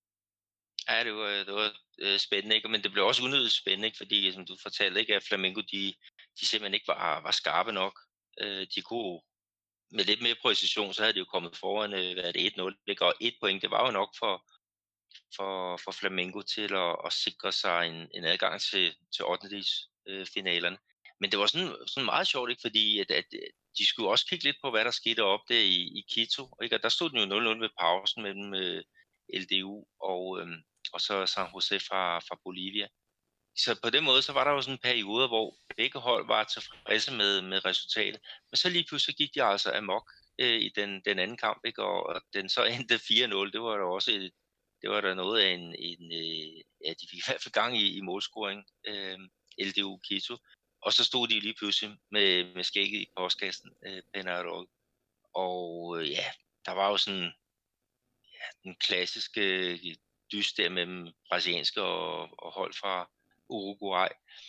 Ja, det var, det var øh, spændende, ikke? Men det blev også unødigt spændende, ikke? Fordi, som du fortalte, ikke, at Flamengo, de, de simpelthen ikke var, var skarpe nok. Øh, de kunne, med lidt mere præcision, så havde de jo kommet foran, øh, hvad er det, et nul. Det går et point, det var jo nok for, for, for Flamengo til at, at sikre sig en, en adgang til, til ottendedelsfinalerne. Men det var sådan, sådan meget sjovt, ikke? Fordi at, at de skulle også kigge lidt på, hvad der skete op der i, i Quito. Ikke? Og der stod den jo nul nul ved pausen mellem øh, L D U og, øh, og så San Jose fra, fra Bolivia. Så på den måde, så var der jo sådan en periode, hvor begge hold var tilfredse med, med resultatet. Men så lige pludselig gik de altså amok øh, i den, den anden kamp, ikke? Og, og den så endte fire nul. Det var der også et, det var der noget af en, en øh, ja, de fik i hvert fald gang i, i målscoring, øh, L D U Quito. Og så stod de lige pludselig med, med skægget i postkassen, øh, Peñarol. Og øh, ja, der var jo sådan ja, den klassiske dyst der mellem brasilianske og, og hold fra Uruguay.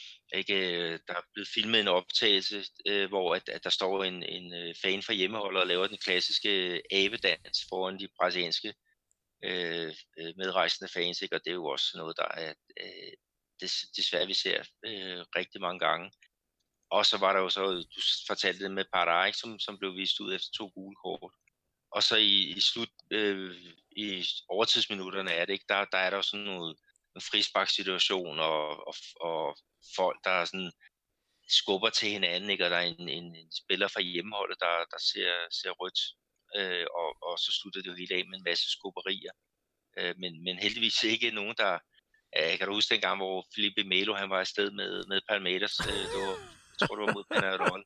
Ikke? Der er blevet filmet en optagelse, øh, hvor at, at der står en, en fan fra hjemmeholdet og laver den klassiske avedans foran de brasilianske øh, medrejsende fans. Ikke? Og det er jo også noget, der er øh, desværre vi ser øh, rigtig mange gange. Og så var der jo så, du fortalte det med Parra, som, som blev vist ud efter to gule kort. Og så i, i slut, øh, i overtidsminutterne er det ikke, der, der er der jo sådan noget, en frisparkssituation, og, og, og folk, der sådan skubber til hinanden, ikke? Og der er en, en, en spiller fra hjemmeholdet, der, der ser, ser rødt, øh, og, og så slutter det jo helt af med en masse skubberier. Øh, men, men heldigvis ikke nogen, der... Jeg kan du huske dengang, hvor Felipe Melo, han var afsted med, med Palmeiras, øh, det var, jeg tror, det var mod Peñarol.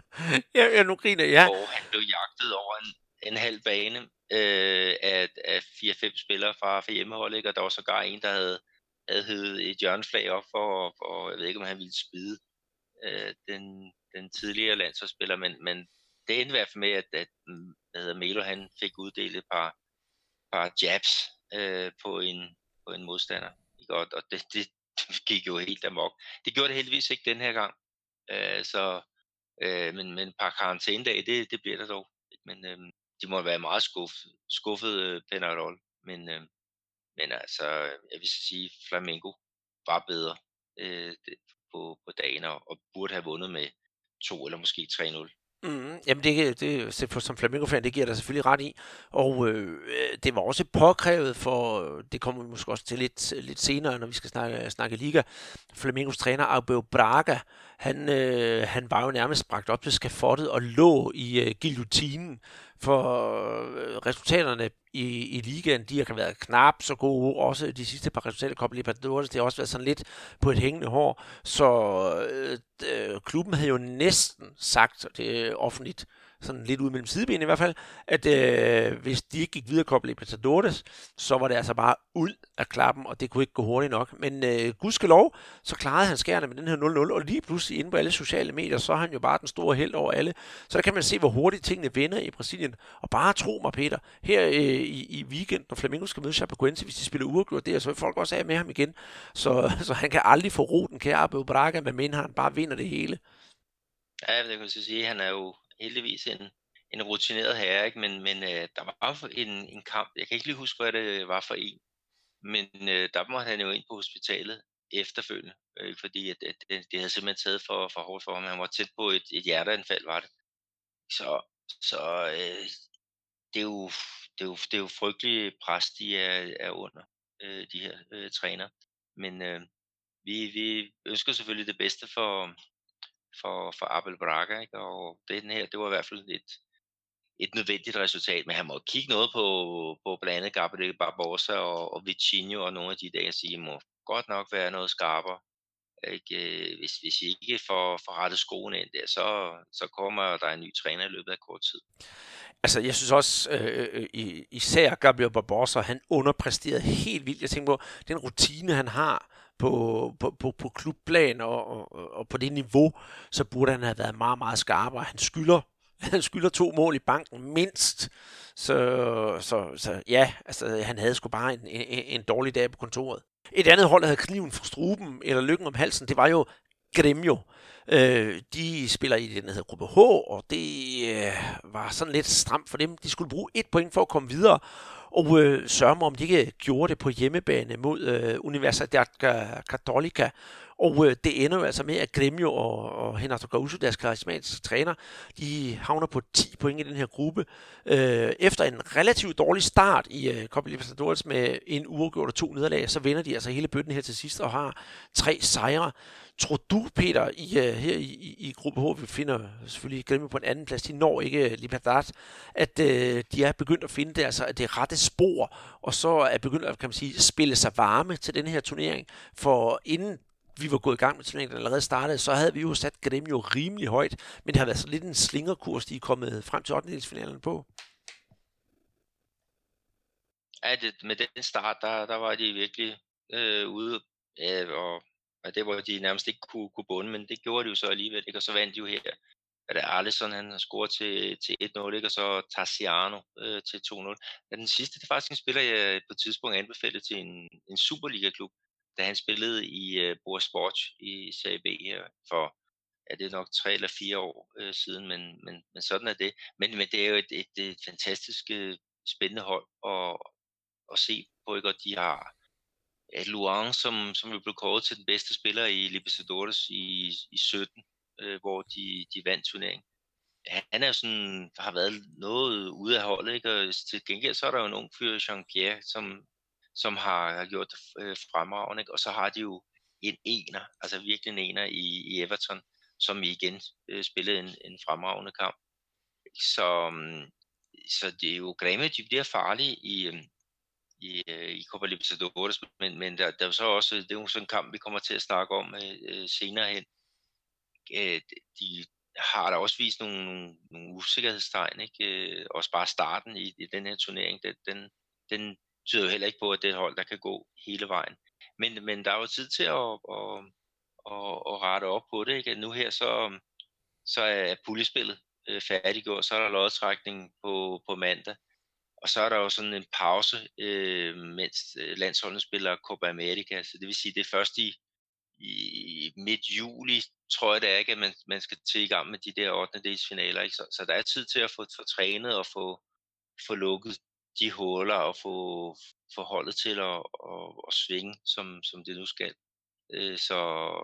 ja, ja, nu griner jeg. Og han blev jagtet over en, en halv bane øh, af, af fire fem spillere fra, fra hjemmeholdet, ikke? Og der var sågar en, der havde, havde hævet et hjørneflag op for, for, jeg ved ikke, om han ville spide øh, den, den tidligere landsholdsspiller, men, men det endte i hvert fald med, at, at at Melo, han fik uddelt et par, par jabs øh, på, en, på en modstander. Og, og det, det gik jo helt amok. Det gjorde det heldigvis ikke den her gang. Øh, så, øh, men, men et par karantænedage, det, det bliver der dog. Men øh, de må være meget skuffet, skuffet øh, Peñarol. Men, øh, men altså, jeg vil sige, Flamengo var bedre øh, på, på dagen, og burde have vundet med to eller måske tre nul. Mm, jamen det, det som Flamengo-fan, det giver der selvfølgelig ret i, og øh, det var også påkrævet, for det kommer vi måske også til lidt, lidt senere, når vi skal snakke, snakke liga. Flamengos træner Abel Braga, han, øh, han var jo nærmest bragt op til skafottet og lå i øh, guillotinen, for øh, resultaterne i, i ligaen, de har været knap så gode, også de sidste par resultater, Copa Libertadores, det har også været sådan lidt på et hængende hår, så øh, øh, klubben havde jo næsten sagt, og det er offentligt sådan lidt ud mellem sidebenene i hvert fald, at øh, hvis de ikke gik videre Copa Libertadores, så var det altså bare ud af klappen, og det kunne ikke gå hurtigt nok. Men øh, gudskelov, så klarede han skærene med den her nul nul, og lige pludselig inde på alle sociale medier, så er han jo bare den store held over alle. Så der kan man se, hvor hurtigt tingene vender i Brasilien. Og bare tro mig, Peter, her øh, i, i weekenden, når Flamengo skal møde Chapecoense, hvis de spiller uafgjort der, så vil folk også have med ham igen. Så, så han kan aldrig få ro den kære Abel Braga, men han bare vinder det hele. Ja, det kan jeg sige, han er jo heldigvis en, en rutineret herre, ikke? Men, men øh, der var en, en kamp, jeg kan ikke lige huske, hvad det var for en, men øh, der måtte han jo ind på hospitalet efterfølgende, øh, fordi at, at det, det havde simpelthen taget for, for hårdt for ham. Han var tæt på et, et hjerteanfald, var det. Så, så øh, det, er jo, det, er jo, det er jo frygtelig pres, de er, er under, øh, de her øh, træner. Men øh, vi, vi ønsker selvfølgelig det bedste for, for, for Abel Braga, ikke? Og den her, det var i hvert fald et, et nødvendigt resultat, men han må kigge noget på, på blandt andet Gabriel Barbosa og, og Vitinho og nogle af de der, jeg siger, må godt nok være noget skarpere. Ikke? Hvis, hvis I ikke får, får rettet skoene ind der, så, så kommer der en ny træner i løbet af kort tid. Altså, jeg synes også, øh, især Gabriel Barbosa, han underpræsterede helt vildt. Jeg tænker på, den rutine, han har på, på, på, på klubplan og, og, og på det niveau, så burde han have været meget, meget skarpere. Han skylder, han skylder to mål i banken, mindst. Så, så, så ja, altså, han havde sgu bare en, en, en dårlig dag på kontoret. Et andet hold, der havde kniven for struben, eller lykken om halsen, det var jo Grêmio. Øh, de spiller i den, der hedder gruppe H, og det øh, var sådan lidt stramt for dem. De skulle bruge et point for at komme videre, og øh, sørge mig, om de ikke gjorde det på hjemmebane mod øh, Universidad Católica. Og øh, det ender jo altså med, at Grêmio og, og Renato Gaúcho, deres karismatiske træner, de havner på ti point i den her gruppe. Øh, efter en relativt dårlig start i øh, Copa Libertadores med en uafgjort og to nederlag, så vinder de altså hele bøtten her til sidst og har tre sejre. Tror du, Peter, i, uh, her i, i, i gruppe H, vi finder selvfølgelig Grêmio på en anden plads, de når ikke uh, Libertad, at uh, de er begyndt at finde det, altså, at det er rette spor, og så er begyndt at, kan man sige, spille sig varme til den her turnering, for inden vi var gået i gang med turneringen, der allerede startede, så havde vi jo sat Grêmio rimelig højt, men det har været så lidt en slingerkurs, de er kommet frem til ottendedelsfinalen på. Ja, det, med den start, der, der var de virkelig øh, ude, øh, og Og det var de nærmest ikke kunne, kunne bunde, men det gjorde de jo så alligevel, ikke? Og så vandt de jo her. At Alisson, han har scoret til, til et nul, ikke? Og så Tassiano øh, til to nul. Men den sidste, det er faktisk en spiller, jeg på et tidspunkt anbefalede til en, en Superliga-klub, da han spillede i øh, Borsport i Serie B her for, ja, det er nok tre eller fire år øh, siden, men, men, men sådan er det. Men, men det er jo et, et, et fantastisk øh, spændende hold at, at se på, ikke? Og de har Luan, som, som jo blev kåret til den bedste spiller i Libertadores i, i sytten, øh, hvor de, de vandt turneringen. Han er jo sådan, har været noget ude af holdet, ikke? Og til gengæld så er der jo en ung fyr, Jean-Pierre, som, som har, har gjort det øh, fremragende, ikke? Og så har de jo en ener, altså virkelig en ener i, i Everton, som igen øh, spillede en, en fremragende kamp. Så, så det er jo Grêmio, de bliver farlige i i, i Copa Libertadores, men, men der, der er så også, det er jo sådan en kamp, vi kommer til at snakke om øh, senere hen. Øh, de har da også vist nogle, nogle, nogle usikkerhedstegn, ikke? Øh, også bare starten i, i den her turnering, den, den, den tyder jo heller ikke på, at det er et hold, der kan gå hele vejen. Men, men der er jo tid til at, at, at, at rette op på det, ikke? Nu her så, så er puljespillet øh, færdiggjort, så er der lodtrækning på, på mandag. Og så er der jo sådan en pause, øh, mens landsholdene spiller Copa America. Så det vil sige, det er først i, i midt juli, tror jeg det er, ikke, at man, man skal til i gang med de der ottendedelsfinaler. Ikke? Så, så der er tid til at få, få trænet og få, få lukket de huller og få, få holdet til at, at, at svinge, som, som det nu skal. Øh, så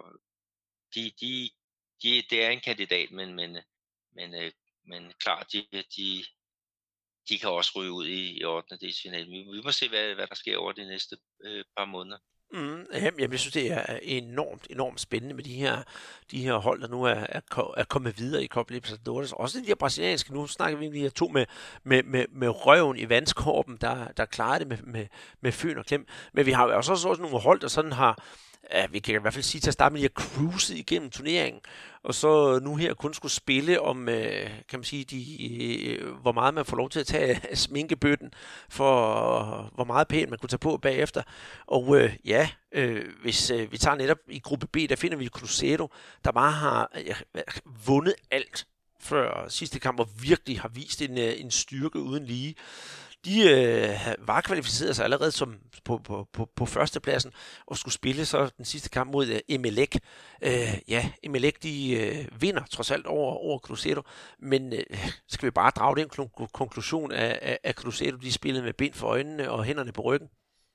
de, de, de, det er en kandidat, men, men, men, men klart, de... de de kan også ryge ud i, i ottendedelsfinalen. Vi, vi må se, hvad, hvad der sker over de næste øh, par måneder. Mm, jamen, jeg synes, det er enormt, enormt spændende med de her, de her hold, der nu er, er, er kommet videre i Copa Libertadores. Også de her brasilianske, nu snakker vi om de her to med, med, med, med røven i vandskorpen, der, der klarer det med, med, med føn og klem. Men vi har jo også, også nogle hold, der sådan har ja, vi kan i hvert fald sige til at starte med, at de har cruiset igennem turneringen, og så nu her kun skulle spille om, øh, kan man sige, de, øh, hvor meget man får lov til at tage af sminkebøtten, for øh, hvor meget pænt man kunne tage på bagefter. Og øh, ja, øh, hvis øh, vi tager netop i gruppe B, der finder vi Cruzeiro, der bare har øh, vundet alt før sidste kamp, og virkelig har vist en, øh, en styrke uden lige. De øh, var kvalificeret sig allerede som på, på, på, på førstepladsen og skulle spille så den sidste kamp mod øh, Emelec. Øh, ja, Emelec de øh, vinder trods alt over, over Cruzeiro, men øh, skal vi bare drage den kl- konklusion af, af, af Cruzeiro, de spillede med bind for øjnene og hænderne på ryggen?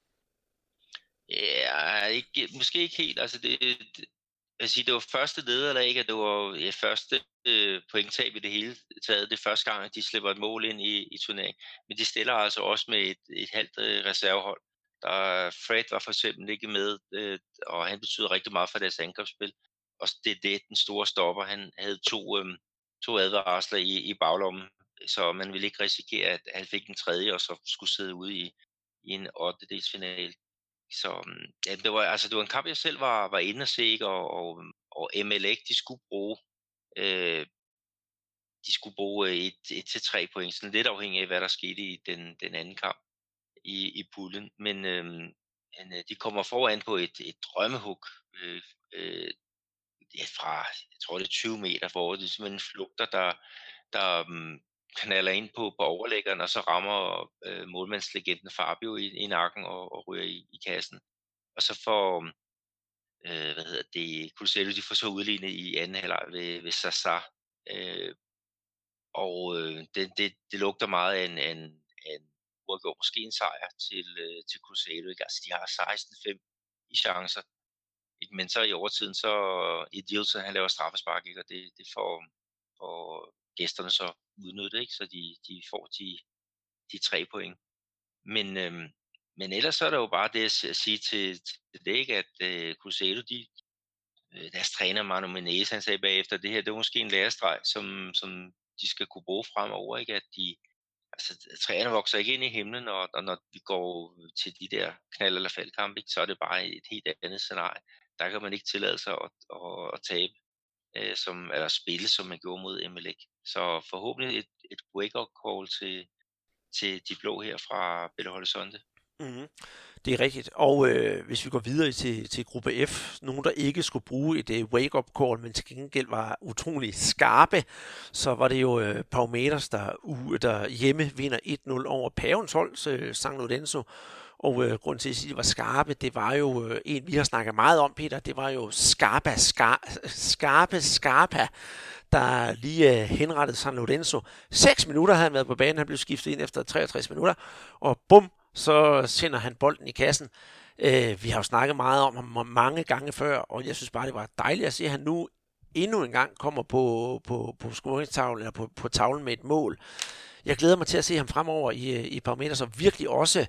Ja, ikke, måske ikke helt. Altså det, det, jeg sige, det var første nederlag, ikke? At det var ja, første øh, pointtab i det hele taget. Det er første gang, at de slipper et mål ind i, i turneringen. Men de stiller altså også med et, et halvt øh, reservehold. Der, Fred var for eksempel ikke med, øh, og han betyder rigtig meget for deres angrebsspil. Og det er det, den store stopper. Han havde to, øh, to advarsler i, i baglommen, så man ville ikke risikere, at han fik en tredje, og så skulle sidde ude i, i en ottendedelsfinale. Så ja, det var altså det var en kamp, jeg selv var var inde at se, ikke? og og, og Emelec, de skulle bruge øh, de skulle bruge et, et til tre point, sådan lidt afhængig af hvad der skete i den den anden kamp i i puljen. Men øh, men øh, de kommer foran på et et drømmehug øh, øh, ja, fra jeg tror det er tyve meter forud. Det er simpelthen flugter der der um, knalder ind på på overlæggeren, og så rammer øh, målmandslegenden Fabio i, i nakken og, og ryger i, i kassen. Og så får øh, hvad hedder det, Cruzeiro, de får så udlignet i anden halvleg ved, ved Sasa. Øh, og øh, det, det, det lugter meget af en, en, en uafgjort, måske en sejr til, øh, til Cruzeiro. Ikke? Altså, de har seksten fem i chancer. Ikke? Men så i overtiden, så Edilson, han laver straffespark, ikke? Og det, det får, får gæsterne så udnyttet, ikke? Så de, de får de, de tre point. Men, øhm, men ellers så er der jo bare det at sige til, til det, ikke? At øh, Cruzeiro, de, øh, deres træner Manu Menezes, han sagde bagefter, det her, det er måske en lærestreg, som, som de skal kunne bruge fremover, ikke? At de, altså træerne vokser ikke ind i himlen, og, og når vi går til de der knald- eller faldkampe, ikke, så er det bare et helt andet scenarie. Der kan man ikke tillade sig at, at, at tabe, øh, som, eller spille, som man gjorde mod Emelec. Så forhåbentlig et, et wake-up call til, til de blå her fra Belo Horizonte. Mm-hmm. Det er rigtigt. Og øh, hvis vi går videre til, til gruppe F, nogen der ikke skulle bruge et uh, wake-up call, men til gengæld var utrolig skarpe, så var det jo øh, Palmeiras, der, uh, der hjemme vinder et nul over Pavens hold, øh, San Lorenzo. Og øh, grunden til at sige, at de var skarpe, det var jo øh, en, vi har snakket meget om, Peter, det var jo Scarpa, Scar, Scarpe, Scarpa, der lige øh, henrettede San Lorenzo. Seks minutter havde han været på banen, han blev skiftet ind efter treogtres minutter, og bum, så sender han bolden i kassen. Øh, vi har jo snakket meget om ham mange gange før, og jeg synes bare, det var dejligt at se, at han nu endnu en gang kommer på, på, på scoringstavlen, eller på, på tavlen med et mål. Jeg glæder mig til at se ham fremover i, i Palmeiras, som virkelig også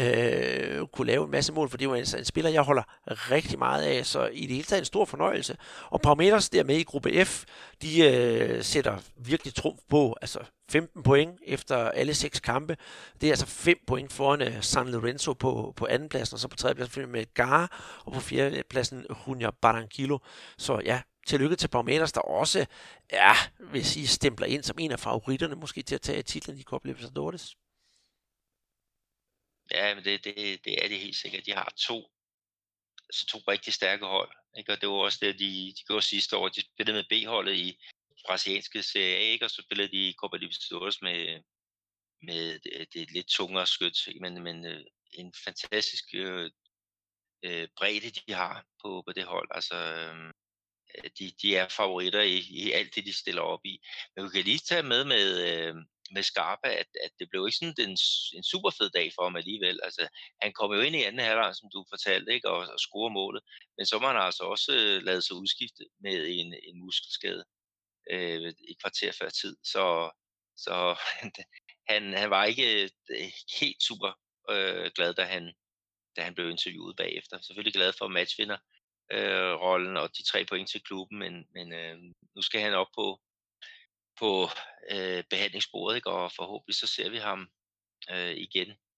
øh, kunne lave en masse mål, for det var en, en spiller, jeg holder rigtig meget af, så i det hele taget en stor fornøjelse. Og Palmeiras der med i gruppe F, de øh, sætter virkelig trumf på, altså femten point efter alle seks kampe. Det er altså fem point foran øh, San Lorenzo på, på andenpladsen, og så på tredjepladsen med Gar, og på fjerdepladsen Junior Barranquillo. Så ja, tillykke til Palmeiras, der også ja, vil sige, stempler ind som en af favoritterne måske til at tage titlen i Copa Libertadores. Ja, men det, det, det er det helt sikkert. De har to, altså to rigtig stærke hold, ikke? Og det var også det, de, de gjorde sidste år. De spillede med B-holdet i brasilianske Serie A, ikke? Og så spillede de i Copa Libertadores med, med det, det lidt tungere skyt, men, men øh, en fantastisk øh, øh, bredde, de har på, på det hold. Altså, øh, de, de er favoritter i, i alt det, de stiller op i. Men vi kan lige tage med med, øh, med Scarpa, at, at det blev ikke sådan en, en super fed dag for ham alligevel. Altså, han kom jo ind i anden halvleg, som du fortalte, ikke, og, og score målet. Men så må han altså også øh, lavet sig udskifte med en, en muskelskade øh, et kvarter før tid. Så, så han, han var ikke øh, helt super øh, glad, da han, da han blev interviewet bagefter. Selvfølgelig glad for matchvinder øh, rollen og de tre point til klubben, men, men øh, nu skal han op på, på øh, behandlingsbordet, ikke? Og forhåbentlig så ser vi ham øh, igen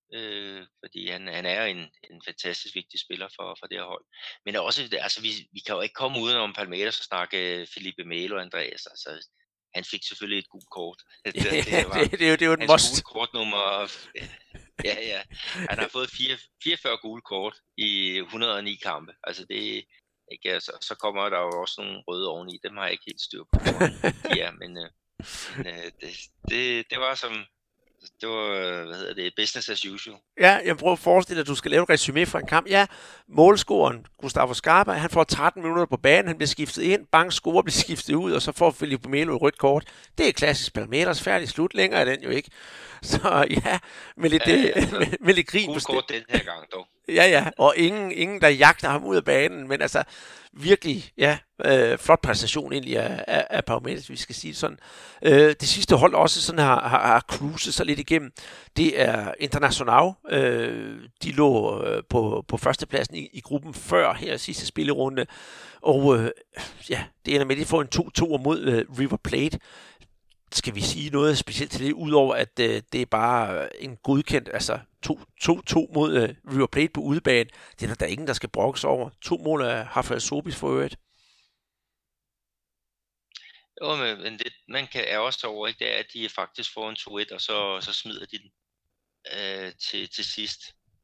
øh, fordi han, han er en, en fantastisk vigtig spiller for, for det her hold. Men også, altså vi, vi kan jo ikke komme uden om Palmeiras og snakke Felipe Melo, Andreas. Altså, han fik selvfølgelig et gult kort. det, det, var, det, det, er jo, det er jo et hans must. Gule kortnummer. Ja, ja. Han har fået fireogfyrre gule kort i et hundrede og ni kampe. Altså det ikke, altså, så kommer der jo også nogle røde oveni. Dem har jeg ikke helt styr på. Ja, men, øh, men øh, det, det, det var som det var, hvad hedder det, business as usual. Ja, jeg prøver at forestille dig, at du skal lave et resume fra en kamp. Ja, målscoren, Gustavo Scarpa, han får tretten minutter på banen, han bliver skiftet ind, Bang scorer, bliver skiftet ud, og så får Felipe Melo et rødt kort. Det er klassisk Palmeiras, færdig slut, længere er den jo ikke. Så ja, med lidt, ja, ja, med, med lidt grin. Gul kort den her gang dog. Ja, ja, og ingen, ingen der jagter ham ud af banen, men altså virkelig, ja, øh, flot præstation egentlig af, af, af Palmeiras, vi skal sige det sådan. Øh, det sidste hold også sådan har, har, har cruiset sig lidt igennem, det er Internacional. Øh, de lå øh, på, på førstepladsen i, i gruppen før her sidste spillerunde, og øh, ja, det ender med, at de får en to-to mod øh, River Plate. Skal vi sige noget specielt til det, udover at øh, det er bare en godkendt, altså to-to mod øh, River Plate på udebane. Det er der, der er ingen, der skal brokkes over. To mål af Rafael Sobis for øvrigt. Jo, men det, man kan er også over, ikke, det er, at de faktisk får en to-et, og så, så smider de den øh, til, til sidst.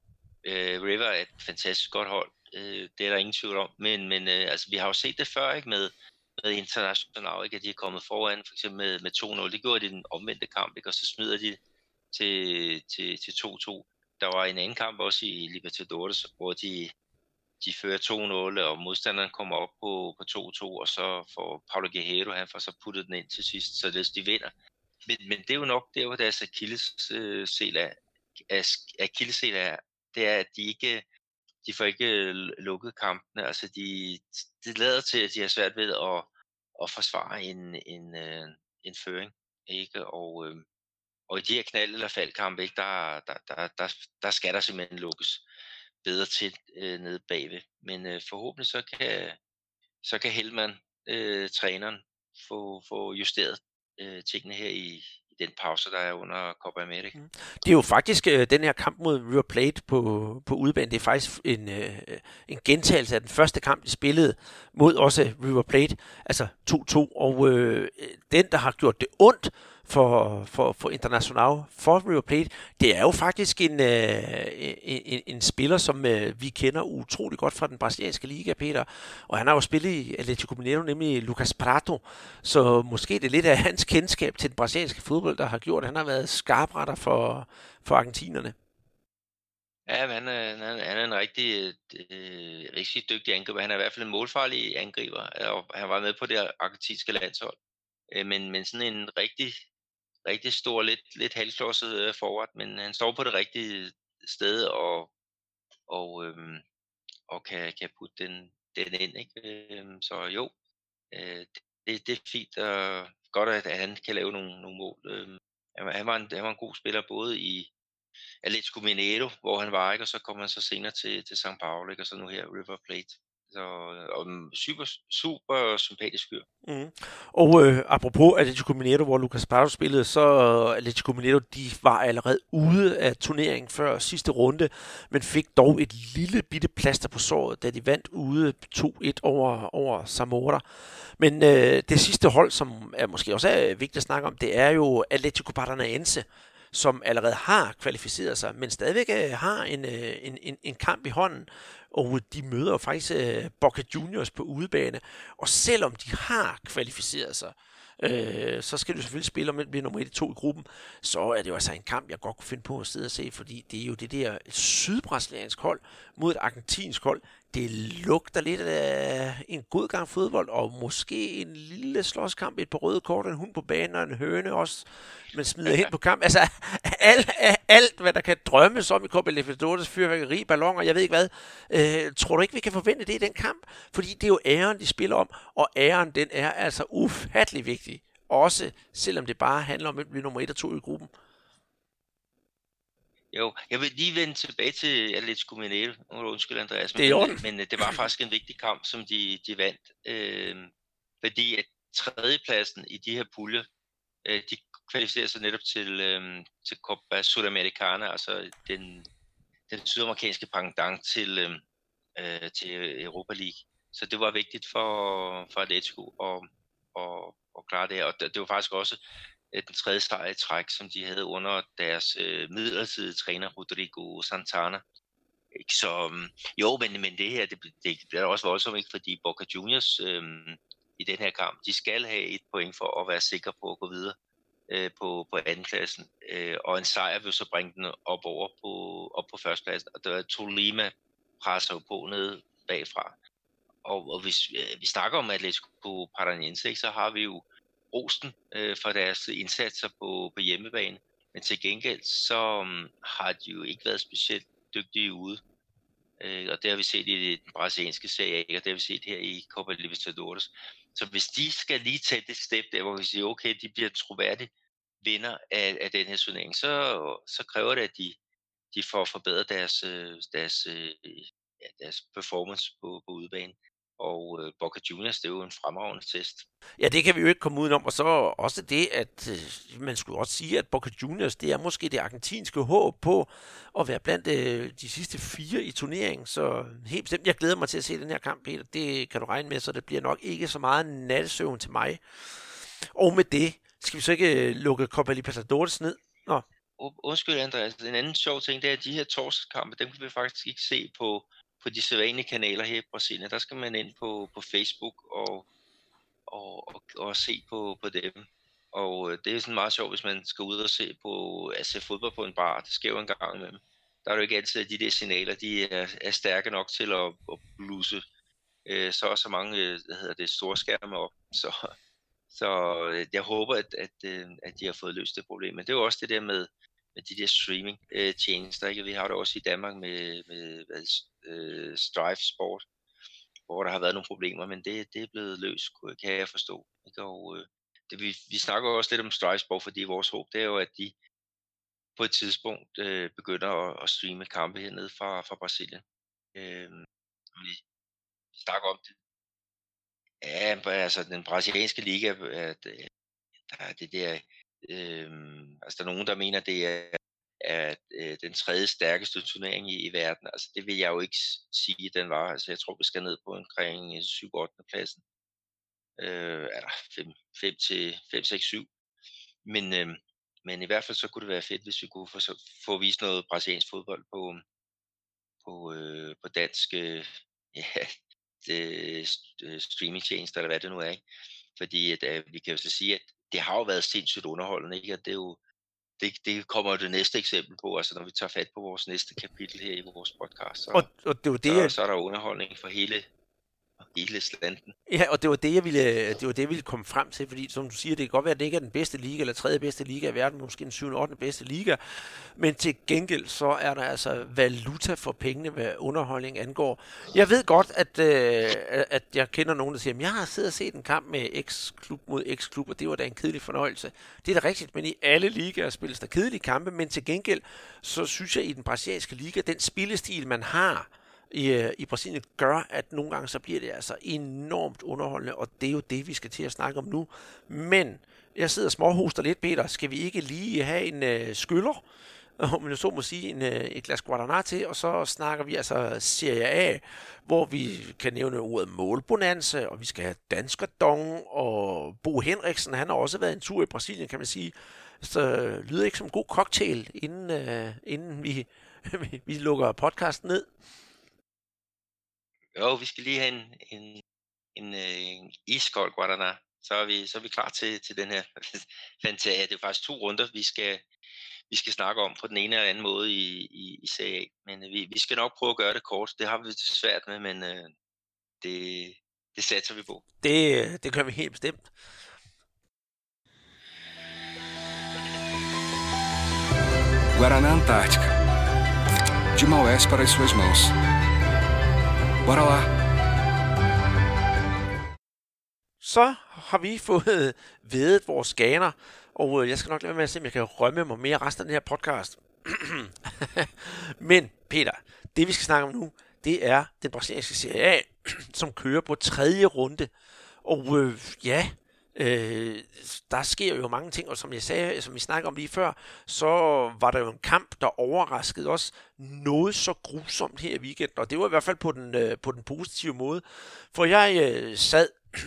Øh, River er et fantastisk godt hold, øh, det er der ingen tvivl om, men, men øh, altså, vi har jo set det før, ikke, med med Internacional, ikke, at de er kommet foran, for eksempel med, med to-nul. Det gjorde de i den omvendte kamp, ikke, og så smider de til, til, til to-to. Der var en anden kamp også i Libertadores, hvor de, de fører to-nul, og modstanderen kommer op på, på to-to, og så får Paulo Guerrero, han får så puttet den ind til sidst, så det, de vinder. Men, men det er jo nok der, hvor deres akillessel er, akillessel er, det er, at de ikke de får ikke lukket kampene. Altså de, det lader til, at de har svært ved at, at forsvare en, en, en føring, ikke? Og, og i de her knald- eller faldkampe, ikke, der, der, der, der, der skal der simpelthen lukkes bedre til øh, nede bagved. Men øh, forhåbentlig så kan, så kan Helman, øh, træneren, få, få justeret øh, tingene her i, i den pause, der er under Copa America. Mm. Det er jo faktisk øh, den her kamp mod River Plate på, på udebane. Det er faktisk en, øh, en gentagelse af den første kamp, de spillede mod også River Plate, altså to-to. Og øh, den, der har gjort det ondt for, for, for Internacional, for River Plate, det er jo faktisk en, øh, en, en spiller, som øh, vi kender utrolig godt fra den brasilianske liga, Peter. Og han har jo spillet i Atlético Mineiro, nemlig Lucas Prato. Så måske det er lidt af hans kendskab til den brasilianske fodbold, der har gjort, at han har været skarpretter for, for argentinerne. Ja, men han er, han er, han er en rigtig, øh, rigtig dygtig angriber. Han er i hvert fald en målfarlig angriber, og han var med på det argentinske landshold. Øh, men, men sådan en rigtig rigtig stor, lidt, lidt halvklodset forward, men han står på det rigtige sted og, og, øhm, og kan, kan putte den, den ind. Ikke? Øhm, så jo, øh, det, det er fint og godt, at han kan lave nogle, nogle mål. Øhm, han, var en, han var en god spiller både i Atlético Mineiro, hvor han var, ikke? Og så kom han så senere til, til São Paulo, ikke? Og så nu her River Plate. Så, og super, super sympatisk fyr. Mm. Og øh, apropos Atlético Mineiro, hvor Lucas Prato spillede, så Atlético Mineiro, de var allerede ude af turneringen før sidste runde, men fik dog et lille bitte plaster på såret, da de vandt ude to-et over, over Zamora. Men øh, det sidste hold, som er måske også er vigtigt at snakke om, det er jo Atlético Paranaense, som allerede har kvalificeret sig, men stadigvæk øh, har en, øh, en, en, en kamp i hånden, og de møder jo faktisk øh, Boca Juniors på udebane, og selvom de har kvalificeret sig, øh, så skal du selvfølgelig spille om at blive nummer et og to i gruppen, så er det jo altså en kamp, jeg godt kunne finde på at sidde og se, fordi det er jo det der sydbrasiliansk hold mod et argentinsk hold. Det lugter lidt af en god gang fodbold, og måske en lille slåskamp, et par røde kort, en hund på banen og en høne også, men smider hen på kamp. Altså, alt, alt hvad der kan drømmes om i Copa Libertadores, fyrværkeri, balloner, jeg ved ikke hvad. Øh, tror du ikke, vi kan forvente det i den kamp? Fordi det er jo æren, de spiller om, og æren, den er altså ufattelig vigtig. Også selvom det bare handler om at blive nummer et og to i gruppen. Jo, jeg vil lige vende tilbage til Atlético Mineiro. Undskyld, Andreas. Det men, men det var faktisk en vigtig kamp, som de, de vandt. Øh, fordi at tredjepladsen i de her puljer, øh, de kvalificeret sig netop til, øhm, til Copa Sudamericana, altså den, den sydamerikanske pendant til, øhm, øh, til Europa League. Så det var vigtigt for, for Atletico at, at, at klare det her. Og det var faktisk også den tredje sejr i træk, som de havde under deres øh, midlertidige træner, Rodrigo Santana. Ikke? Så jo, men, men det her, det, det bliver også voldsomt, ikke? Fordi Boca Juniors øh, i den her kamp, de skal have et point for at være sikre på at gå videre øh, på, på andenpladsen. Øh, og en sejr vil så bringe den op over på, op på førstepladsen. Og der Tolima presser jo på nede bagfra. Og, og hvis øh, vi snakker om Atletico Paranaense, så har vi jo rosten øh, for deres indsatser på, på hjemmebane. Men til gengæld så um, har de jo ikke været specielt dygtige ude. Øh, og det har vi set i den brasilianske serie, og det har vi set her i Copa Libertadores. Så hvis de skal lige tage det step der, hvor vi siger, okay, de bliver troværdige vinder af, af den her turnering, så, så kræver det, at de, de får forbedret deres, deres, ja, deres performance på, på udebane. Og øh, Boca Juniors, det er jo en fremragende test. Ja, det kan vi jo ikke komme udenom. Og så også det, at øh, man skulle også sige, at Boca Juniors, det er måske det argentinske håb på at være blandt øh, de sidste fire i turneringen. Så helt bestemt, jeg glæder mig til at se den her kamp, Peter. Det kan du regne med, så det bliver nok ikke så meget nattesøvn til mig. Og med det, skal vi så ikke øh, lukke Copa Libertadores ned? Nå. Undskyld, Andreas. En anden sjov ting, det er, at de her torsdagskampe, dem kan vi faktisk ikke se på på de sædvanlige kanaler her i Brasilien. Der skal man ind på, på Facebook og, og, og, og se på, på dem. Og det er sådan meget sjovt, hvis man skal ud og se på at se fodbold på en bar. Det sker jo en gang imellem. Der er jo ikke altid, at de der signaler, de er, er stærke nok til at, at bluse øh, så og så mange, hvad hedder det, store skærme op. Så, så jeg håber, at, at, at de har fået løst det problem. Men det er jo også det der med med de der streaming-tjenester, ikke? Vi har det også i Danmark med, med hvad, øh, Strive Sport, hvor der har været nogle problemer, men det, det er blevet løst, kan jeg forstå. Ikke? Og øh, det, vi, vi snakker også lidt om Strive Sport, fordi vores håb, det er jo, at de på et tidspunkt øh, begynder at, at streame kampe hernede fra, fra Brasilien. Øh, vi snakker om det. Ja, altså den brasilianske liga, at, der er det der. Øhm, altså der er nogen, der mener, det er, er øh, den tredje stærkeste turnering i, i verden. Altså det vil jeg jo ikke sige, den var. Altså jeg tror, vi skal ned på omkring syv otte pladsen. Øh, eller fem til fem seks syv. Men, øh, men i hvert fald så kunne det være fedt, hvis vi kunne få, få vist noget brasiliansk fodbold på, på, øh, på dansk øh, ja, det, streamingtjenester, eller hvad det nu er. Ikke? Fordi at, øh, vi kan jo så sige, at det har jo været sindssygt underholdende, ikke? Og det er jo, det, det kommer jo det næste eksempel på, altså når vi tager fat på vores næste kapitel her i vores podcast, så, og, og det var det, så, jeg... så er der underholdning for hele, hele slanden. Ja, og det var det, jeg ville, det var det, jeg ville komme frem til, fordi som du siger, det kan godt være, at det ikke er den bedste liga, eller tredje bedste liga i verden, måske den syvende og ottende bedste liga, men til gengæld, så er der altså valuta for pengene, hvad underholdning angår. Jeg ved godt, at, øh, at jeg kender nogen, der siger, at jeg har siddet og set en kamp med X-klub mod X-klub, og det var da en kedelig fornøjelse. Det er da rigtigt, men i alle ligaer spilles der kedelige kampe, men til gengæld, så synes jeg, i den brasilianske liga, den spillestil, man har, I, i Brasilien gør, at nogle gange så bliver det altså enormt underholdende, og det er jo det, vi skal til at snakke om nu. Men jeg sidder og småhoster lidt, Peter. Skal vi ikke lige have en øh, skyller, om man så må sige, en, øh, et glas Guaraná til, og så snakker vi altså Serie A, hvor vi kan nævne ordet målbonanza, og vi skal have danskerdong, og Bo Henriksen, han har også været en tur i Brasilien, kan man sige. Så det lyder ikke som en god cocktail, inden, øh, inden vi, vi lukker podcasten ned. Jo, vi skal lige have en, en, en, en iskold Guaraná, så er vi, så er vi klar til, til den her fantasia. Det er faktisk to runder, vi skal, vi skal snakke om på den ene eller anden måde i, i, i Serie A. Men vi, vi skal nok prøve at gøre det kort. Det har vi det svært med, men øh, det, det satser vi på. Det, det gør vi helt bestemt. Guaraná Antártica. De Maués para as suas mãos. Bora lá. Så har vi fået vedet vores scanner, og jeg skal nok lade med at se, om jeg kan rømme mig mere resten af den her podcast. Men Peter, det vi skal snakke om nu, det er den brasilianske Serie A, som kører på tredje runde. Og øh, ja, Øh, der sker jo mange ting, og som jeg sagde, som vi snakkede om lige før, så var der jo en kamp, der overraskede os noget så grusomt her i weekenden, og det var i hvert fald på den, øh, på den positive måde, for jeg øh, sad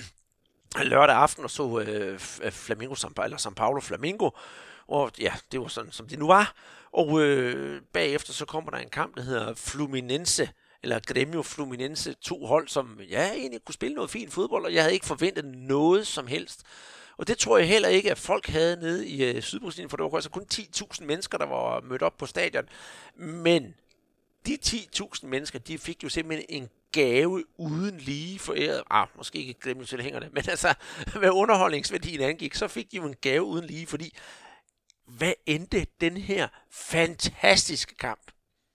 lørdag aften og så øh, Flamengo, eller São Paulo Flamengo, og ja, det var sådan, som det nu var, og øh, bagefter så kommer der en kamp, der hedder Fluminense, eller Grêmio Fluminense, to hold, som ja, egentlig kunne spille noget fint fodbold, og jeg havde ikke forventet noget som helst. Og det tror jeg heller ikke, at folk havde nede i øh, Sydbrasilien, for det var altså kun ti tusind mennesker, der var mødt op på stadion. Men de ti tusind mennesker, de fik jo simpelthen en gave uden lige foræret. Ah, måske ikke Grêmio tilhængerne, men altså, hvad underholdningsværdien angik, så fik de jo en gave uden lige, fordi hvad endte den her fantastiske kamp?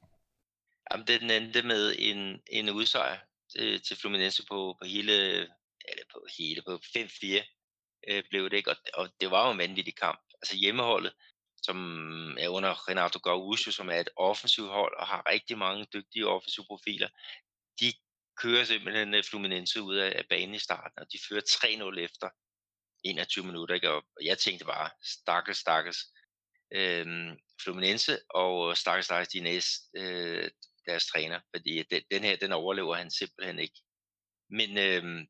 Jamen, den endte med en, en udsejr til, til Fluminense på, på hele, eller på hele, på fem fire øh, blev det, ikke? Og, og det var jo en vanvittig kamp. Altså hjemmeholdet, som er under Renato Gaúcho, som er et offensivt hold, og har rigtig mange dygtige offensive profiler, de kører simpelthen Fluminense ud af, af banen i starten, og de fører tre nul efter enogtyve minutter, ikke? Og jeg tænkte bare, stakkels, stakkels øhm, Fluminense, og stakkels, stakkels Diniz, øh, deres træner, fordi den, den her, den overlever han simpelthen ikke. Men øhm,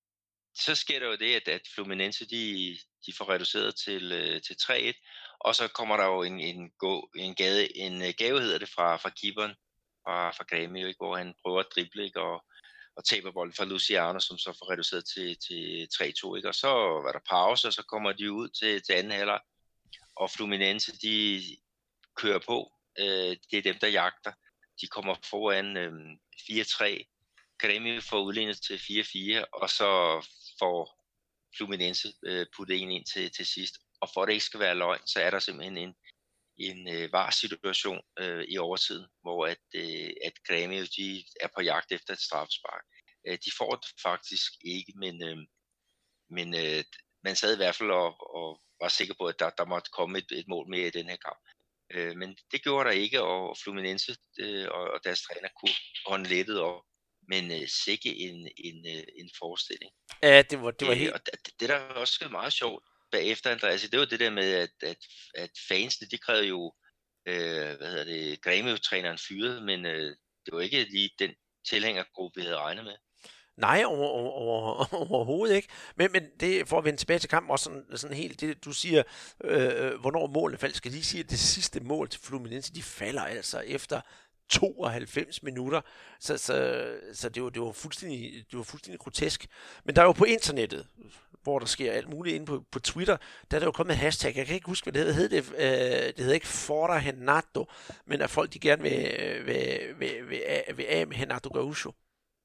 så sker der jo det, at, at Fluminense, de, de får reduceret til, øh, til tre et, og så kommer der jo en, en, gå, en, gade, en gave, hedder det, fra, fra keeperen, fra, fra Grêmio, ikke, hvor han prøver at drible, ikke, og, og taber bolden fra Luciano, som så får reduceret til, til tre to, ikke, og så var der pause, og så kommer de ud til, til anden halvleg, og Fluminense, de kører på, øh, det er dem, der jagter. De kommer foran øh, fire tre. Grêmio får udlignet til fire fire, og så får Fluminense øh, puttet en ind til, til sidst. Og for at det ikke skal være løgn, så er der simpelthen en, en øh, var-situation øh, i overtiden, hvor at, øh, at Grêmio, de er på jagt efter et straffespark. Øh, de får det faktisk ikke, men, øh, men øh, man sad i hvert fald og, og var sikker på, at der, der måtte komme et, et mål mere i den her kamp. Øh, men det gjorde der ikke, og Fluminense øh, og, og deres træner kunne håndle lettet op. Men øh, sikke en, en, øh, en forestilling. Ja, det var, det var øh, helt... Og det, det der er også meget sjovt bagefter, Andreas, det var det der med, at, at, at fansene, de krævede jo, øh, hvad hedder det, Grêmio-træneren fyret, men øh, det var ikke lige den tilhængergruppe, vi havde regnet med. Nej, over, over, over, overhovedet ikke. Men, men det, for at vende tilbage til kampen, også sådan, sådan helt, det, du siger, øh, hvornår målene faldt, skal de sige, at det sidste mål til Fluminense, de falder altså efter tooghalvfems minutter, så, så, så det, var, det, var fuldstændig, det var fuldstændig grotesk. Men der er jo på internettet, hvor der sker alt muligt inde på, på Twitter, der er der jo kommet et hashtag, jeg kan ikke huske, hvad det hedder, det, øh, det hedder ikke Fora Renato, men at folk de gerne vil, vil, vil, vil, af, vil af med Renato Gaúcho.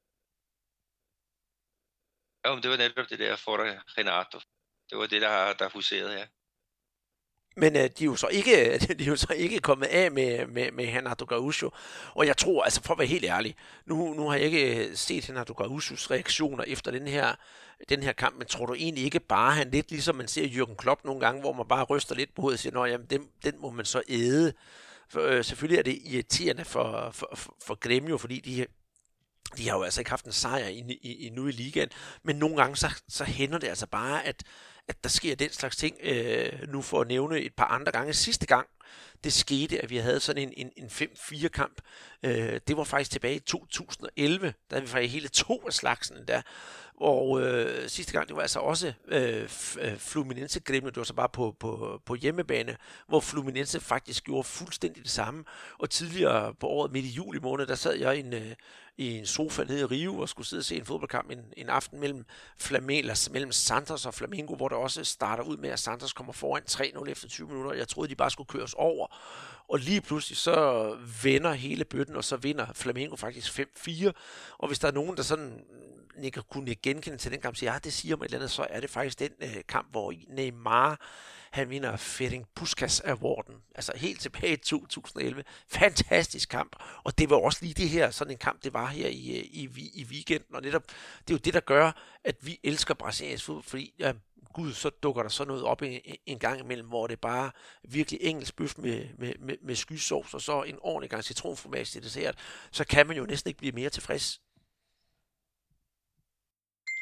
Ja, men det var netop det der Fora Renato. Det var det, der, der huserede her. Ja. Men øh, de er jo så ikke, de er jo så ikke kommet af med, med, med Renato Gaúcho. Og jeg tror, altså for at være helt ærlig, nu, nu har jeg ikke set Renato Gaúchos reaktioner efter den her, den her kamp, men tror du egentlig ikke bare, han lidt ligesom man ser Jürgen Klopp nogle gange, hvor man bare ryster lidt på hovedet og siger, nå jamen, den, den må man så æde. For, øh, selvfølgelig er det irriterende for, for, for, for Grêmio, fordi de De har jo altså ikke haft en sejr i, i, i nu i ligaen, men nogle gange så, så hænder det altså bare, at, at der sker den slags ting. Øh, nu for at nævne et par andre gange. Sidste gang, det skete, at vi havde sådan en, en, en fem fire kamp. Øh, det var faktisk tilbage i to tusind og elleve, der havde vi faktisk hele to af slagsen der. Og øh, sidste gang, det var altså også øh, Fluminense Grêmio, det var så bare på, på, på hjemmebane, hvor Fluminense faktisk gjorde fuldstændig det samme. Og tidligere på året, midt i juli måned, der sad jeg i en, øh, i en sofa nede i Rio og skulle sidde og se en fodboldkamp en, en aften mellem, Flamel, mellem Santos og Flamengo, hvor der også starter ud med, at Santos kommer foran tre nul efter tyve minutter. Jeg troede, de bare skulle køres over. Og lige pludselig så vender hele bøtten, og så vinder Flamengo faktisk fem fire. Og hvis der er nogen, der sådan ikke kunne genkende til den kamp, siger, ja, det siger mig et eller andet, så er det faktisk den øh, kamp, hvor Neymar, han vinder Ferenc Puskás Awarden, altså helt tilbage i to tusind og elleve. Fantastisk kamp, og det var også lige det her, sådan en kamp, det var her i, i, i weekenden, og netop, det er jo det, der gør, at vi elsker brasiliansk fodbold, fordi, ja, gud, så dukker der så noget op en, en gang imellem, hvor det bare virkelig engelsk bøf med, med, med, med skysovs, og så en ordentlig gang citronfromage til dessert, så kan man jo næsten ikke blive mere tilfreds.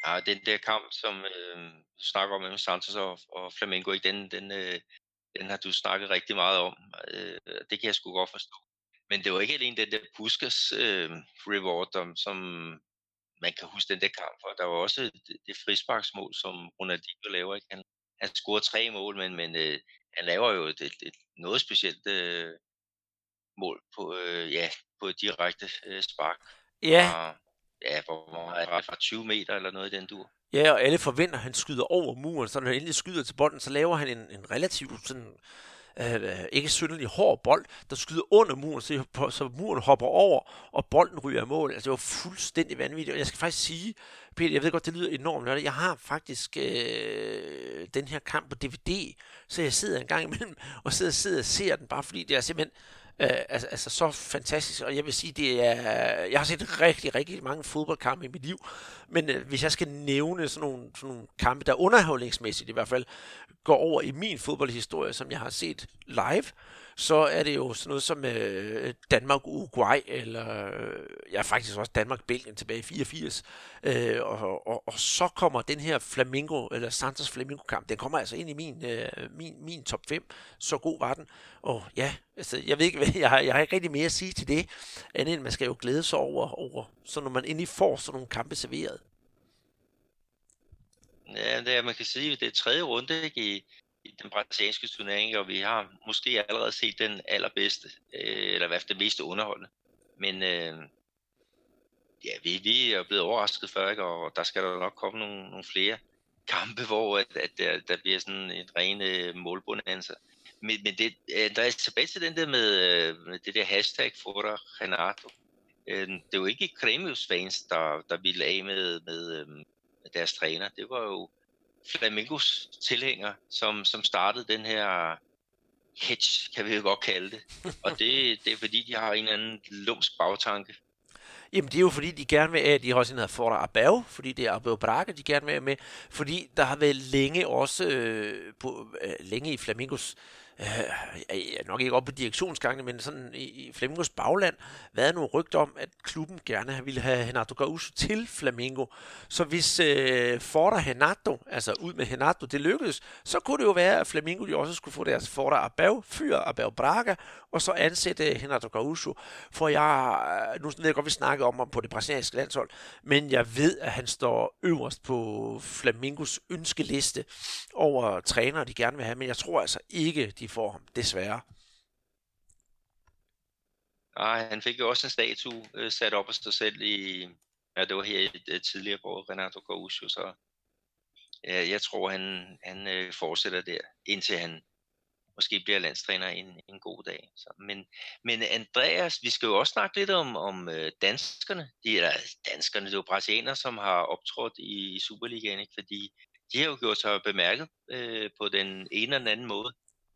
Ja, den der kamp, som øh, du snakker om mellem Santos og, og Flamengo, ikke? Den, den, øh, den har du snakket rigtig meget om. Øh, det kan jeg sgu godt forstå. Men det var ikke alene den der Puskas øh, reward, som, som man kan huske den der kamp for. Der var også det, det frisparksmål, som Ronaldinho laver. Ikke? Han, han scorer tre mål, men, men øh, han laver jo et, et, et noget specielt øh, mål på, øh, ja, på et direkte øh, spark. Ja, Fra, ja, hvor meget er det? Fra tyve meter eller noget i den dur. ja, og alle forventer, at han skyder over muren, så når han endelig skyder til bolden, så laver han en, en relativt sådan, øh, ikke synderlig hård bold, der skyder under muren, så, så muren hopper over, og bolden ryger i mål. Altså, det var fuldstændig vanvittigt, og jeg skal faktisk sige, Peter, jeg ved godt, det lyder enormt nørdet, jeg har faktisk øh, den her kamp på D V D, så jeg sidder en gang imellem, og sidder, sidder og ser den, bare fordi det er simpelthen Uh, altså, altså så fantastisk, og jeg vil sige, det er, jeg har set rigtig, rigtig mange fodboldkampe i mit liv, men uh, hvis jeg skal nævne sådan nogle, sådan nogle kampe, der underholdningsmæssigt i hvert fald går over i min fodboldhistorie, som jeg har set live, så er det jo sådan noget som uh, Danmark-Uruguay, eller uh, ja, faktisk også Danmark-Belgien tilbage i fireogfirs, uh, og, og, og så kommer den her Flamengo, eller Santos Flamengo-kamp, den kommer altså ind i min, uh, min, min top fem, så god var den, og ja, altså, jeg ved ikke, hvad, jeg har, jeg har ikke rigtig mere at sige til det, andet end man skal jo glæde sig over, over så når man endelig får sådan nogle kampe serveret. Ja, det er, man kan sige, at det er tredje runde, ikke, i, i den brasilianske turnering, og vi har måske allerede set den allerbedste, øh, eller i hvert fald det mest underholdende. Men øh, ja, vi, vi er blevet overrasket før, ikke, og der skal der nok komme nogle, nogle flere kampe, hvor at, at der, der bliver sådan en ren øh, målbonanza. Men, men det, der er tilbage til den der med, med det der hashtag Fora Renato. Det er jo ikke Grêmios fans, der, der ville af med, med, med deres træner. Det var jo Flamengos tilhængere, som, som startede den her hedge, kan vi jo godt kalde det. Og det, det er fordi, de har en eller anden lumsk bagtanke. Jamen, det er jo fordi, de gerne vil af, de har også en, der hedder Fora Abel, fordi det er Abel Braga, de gerne vil af med, fordi der har været længe også, øh, på, øh, længe i Flamengos, øh, nok ikke op på direktionsgangene, men sådan i, i Flamengos bagland, været nogle rygter om, at klubben gerne ville have Renato Gaúcho til Flamengo. Så hvis øh, Fora Renato, altså ud med Renato, det lykkedes, så kunne det jo være, at Flamengo de også skulle få deres Fora Abel, fyre Abel Braga, og så ansætte Renato Gaúcho. For jeg, nu ved jeg godt, vi snakker om ham på det brasilianske landshold, men jeg ved, at han står øverst på Flamengos ønskeliste over trænere, de gerne vil have, men jeg tror altså ikke, de får ham, desværre. Nej, han fik jo også en statue øh, sat op af sig selv i, ja, det var her i et tidligere år, Renato Gaúcho, så ja, jeg tror, han, han øh, fortsætter der, indtil han måske bliver landstræner en, en god dag. Så, men, men Andreas, vi skal jo også snakke lidt om, om øh, danskerne. De er danskerne, det er jo brasilianere, som har optrådt i, i Superligaen, ikke? Fordi de har jo gjort sig bemærket øh, på den ene eller den anden måde.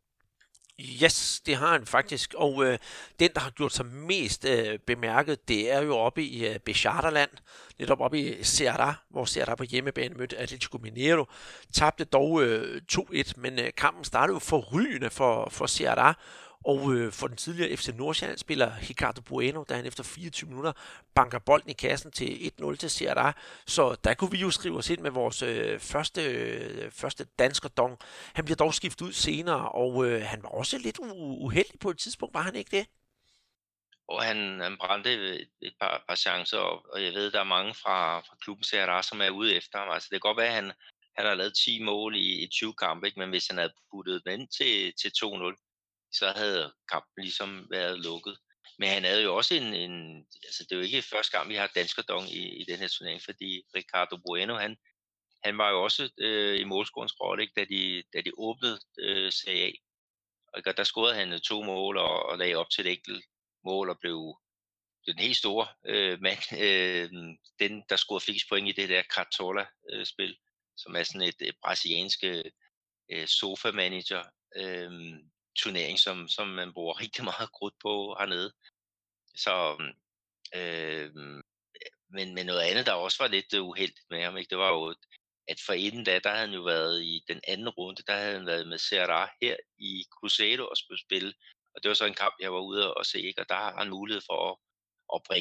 Yes, det har han faktisk, og øh, den, der har gjort sig mest øh, bemærket, det er jo oppe i øh, Bechardaland, lidt op oppe i Ceará, hvor Ceará på hjemmebane mødte Atlético Mineiro, tabte dog øh, to et, men øh, kampen startede jo forrygende for, for Ceará, og øh, for den tidligere F C Nordsjælland-spiller Ricardo Bueno, da han efter fireogtyve minutter banker bolden i kassen til et nul til Ceará. Så der kunne vi jo skrive os ind med vores øh, første, øh, første dansker-dong. Han bliver dog skiftet ud senere, og øh, han var også lidt u- uheldig på et tidspunkt, var han ikke det? Og han, han brændte et, et par, par chancer, og, og jeg ved, der er mange fra, fra klubben Ceará, som er ude efter ham. Altså, det kan godt være, at han, han har lavet ti mål i, i tyve kampe, ikke? Men hvis han havde puttet den ind til, til to nul, så havde kampen ligesom været lukket. Men han havde jo også en, en altså det er jo ikke første gang, vi har danskerdong i, i den her turnering, fordi Ricardo Bueno, han, han var jo også øh, i målscorens rolle, ikke, da de, da de åbnede øh, Serie A. Og der scorede han to mål og, og lagde op til et enkelt mål og blev den helt store øh, mand, øh, den der scorede flest point i det der Cartola-spil, øh, som er sådan et, et brasiliansk øh, sofa-manager, øh, turnering, som, som man bruger rigtig meget krudt på hernede. Så, øh, men, men noget andet, der også var lidt uheldigt med ham, ikke? Det var jo, at for inden da, der havde han jo været i den anden runde, der havde han været med Ceará her i Cruzeiro og spille. Og det var så en kamp, jeg var ude og se, ikke? Og der har han mulighed for at, at bringe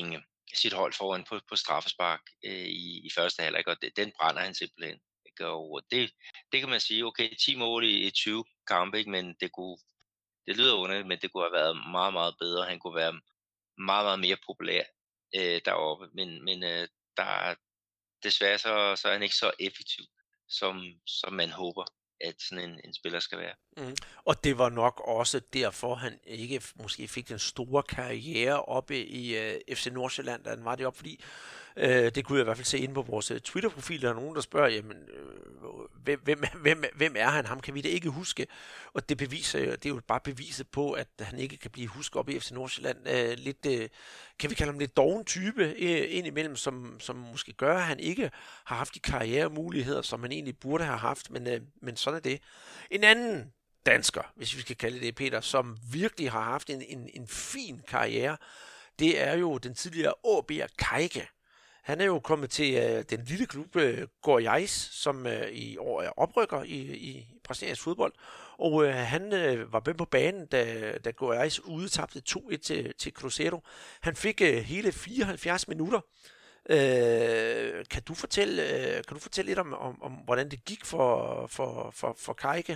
sit hold foran på, på straffespark øh, i, i første halvleg, og det, den brænder han simpelthen. Ikke? Og det, det kan man sige, okay, ti mål i, i tyve kampe, ikke? Men det kunne, det lyder underligt, men det kunne have været meget, meget bedre. Han kunne være meget, meget mere populær øh, deroppe, men, men øh, der, desværre så, så er han ikke så effektiv, som, som man håber, at sådan en, en spiller skal være. Mm. Og det var nok også derfor, han ikke måske fik den store karriere oppe i uh, F C Nordsjælland, da han var det op, fordi uh, det kunne jeg i hvert fald se inde på vores Twitter-profil, der er nogen, der spørger, jamen, øh, hvem, hvem, hvem, hvem er han? Ham kan vi da ikke huske. Og det beviser, det er jo bare beviset på, at han ikke kan blive husket op i F C Nordsjælland. Uh, lidt, uh, kan vi kalde ham lidt doven type uh, indimellem, som, som måske gør, at han ikke har haft de karrieremuligheder, som han egentlig burde have haft, men, uh, men sådan er det. En anden dansker, hvis vi skal kalde det, Peter, som virkelig har haft en, en, en fin karriere, det er jo den tidligere A B'er Kajke. Han er jo kommet til øh, den lille klub øh, Goiás, som øh, i år er oprykker i, i brasiliansk fodbold, og øh, han øh, var med på banen, da, da Goiás udtabte to et til, til Cruzeiro. Han fik øh, hele fireoghalvfjerds minutter. Øh, kan du fortælle, øh, kan du fortælle lidt om, om, om hvordan det gik for, for, for, for Kajke?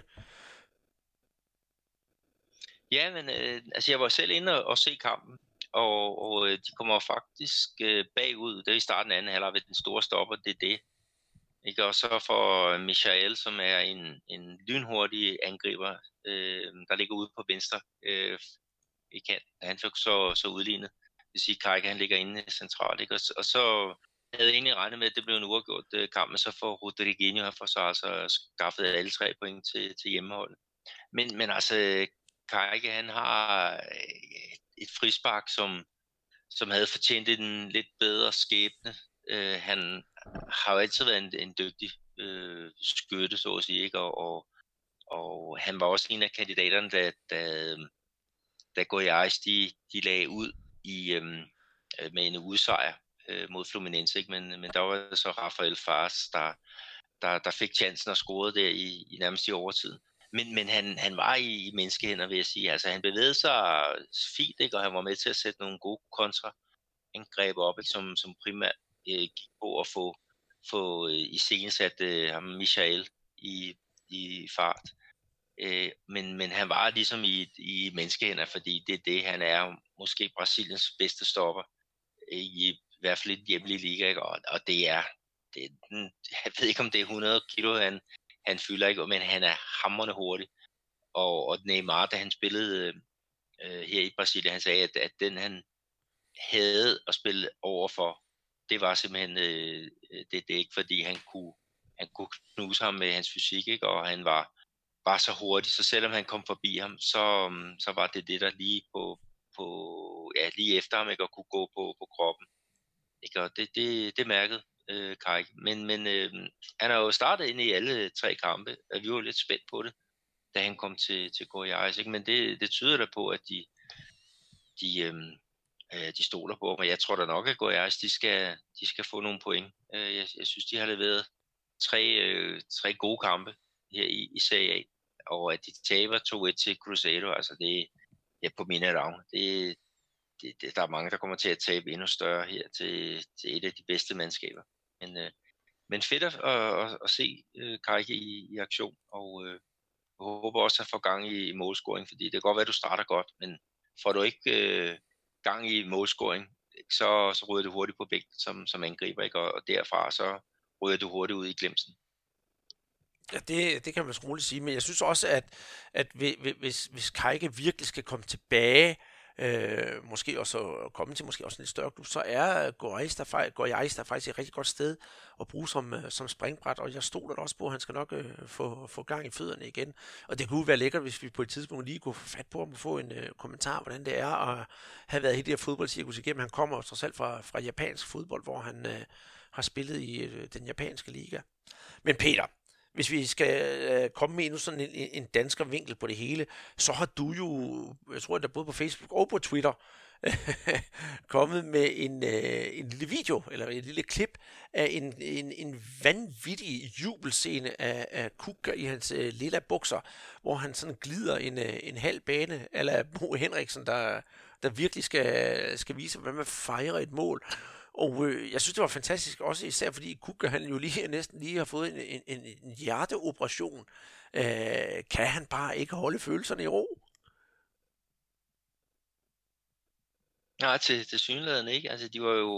Ja, men øh, altså jeg var selv inde og, og se kampen, og, og de kommer faktisk øh, bagud. Det er i starten af anden halvleg ved den store stopper, det er det. Ikke? Og så for Michael, som er en, en lynhurtig angriber, øh, der ligger ude på venstre øh, i kanten. Han fik så, så udlignet. Det vil sige, Kajke han ligger inde centralt. Ikke? Og, og så havde jeg egentlig regnet med, at det blev en uafgjort øh, kamp, men så får Rodriguinho for så altså skaffet alle tre point til, til hjemmeholdet. Men, men altså, Kajke han har et frispark, som, som havde fortjent en lidt bedre skæbne. Uh, han har jo altid været en, en dygtig uh, skytte, så at sige, ikke? Og, og, og han var også en af kandidaterne, da, da, da Goiás, de, de lagde ud i, um, med en udsejr uh, mod Fluminense, ikke? Men, men der var så Rafael Fars, der, der, der fik chancen og scorede der i, i nærmest i overtiden. Men, men han, han var i, i menneskehænder, vil jeg sige. Altså, han bevægede sig fint, ikke? Og han var med til at sætte nogle gode kontraangreb op, ikke? Som, som primært øh, gik på at få, få øh, iscenesat øh, ham Michael i, i fart. Øh, men, men han var ligesom i, i menneskehænder, fordi det er det, han er måske Brasiliens bedste stopper, øh, i, i hvert fald i den hjemlige liga, ikke? Og, og det er, det er, jeg ved ikke om det er hundrede kilo, han Han fylder ikke, men han er hamrende hurtig. Og, og Neymar, da han spillede øh, her i Brasilien, han sagde, at, at den han havde at spille overfor, det var simpelthen, øh, det, det er ikke fordi han kunne, han kunne knuse ham med hans fysik, ikke? Og han var, var så hurtig, så selvom han kom forbi ham, så, så var det det, der lige på, på ja, lige efter ham, ikke? Og kunne gå på, på kroppen. Ikke? Og det, det, det mærkede Øh, Kajke. Men, men øh, han har jo startet ind i alle tre kampe, og vi var lidt spændt på det, da han kom til, til Goiás, ikke? Men det, det tyder da på, at de, de, øh, de stoler på, men jeg tror da nok, at Goiás, de skal, de skal få nogle point. Øh, jeg, jeg synes, de har leveret tre, øh, tre gode kampe her i, i Serie A, og at de taber to et til Cruzeiro, altså det er på mine navn. Det, det, det, der er mange, der kommer til at tabe endnu større her til, til et af de bedste mandskaber. Men, øh, men fedt at, at, at se øh, Kajke i, i aktion, og øh, jeg håber også at få gang i, i målscoring, fordi det kan godt være, at du starter godt, men får du ikke øh, gang i målscoring, så, så ryger du hurtigt på bænken som, som angriber, ikke? Og, og derfra så ryger du hurtigt ud i glemsen. Ja, det, det kan man roligt sige, men jeg synes også, at, at hvis, hvis Kajke virkelig skal komme tilbage, Øh, måske også komme til måske også en lidt større klub, så er Goiás der, Goiás der faktisk et rigtig godt sted at bruge som, som springbræt, og jeg stoler også på, at han skal nok øh, få, få gang i fødderne igen, og det kunne være lækkert, hvis vi på et tidspunkt lige kunne få fat på ham og få en øh, kommentar, hvordan det er at have været helt det her fodboldcirkus igennem. Han kommer trods alt fra, fra japansk fodbold, hvor han øh, har spillet i øh, den japanske liga. Men Peter, hvis vi skal øh, komme med endnu sådan en, en dansker vinkel på det hele, så har du jo, jeg tror, der både på Facebook og på Twitter, kommet med en, øh, en lille video, eller en lille klip af en, en, en vanvittig jubelscene af, af Kuka i hans øh, lilla bukser, hvor han sådan glider en, øh, en halv bane, eller Bo Henriksen, der, der virkelig skal, skal vise, hvordan man fejrer et mål. Og øh, jeg synes, det var fantastisk, også især fordi Kuka, han jo lige næsten lige har fået en, en, en hjerteoperation. Øh, kan han bare ikke holde følelserne i ro? Nej, til, til synligheden ikke. Altså, de var jo...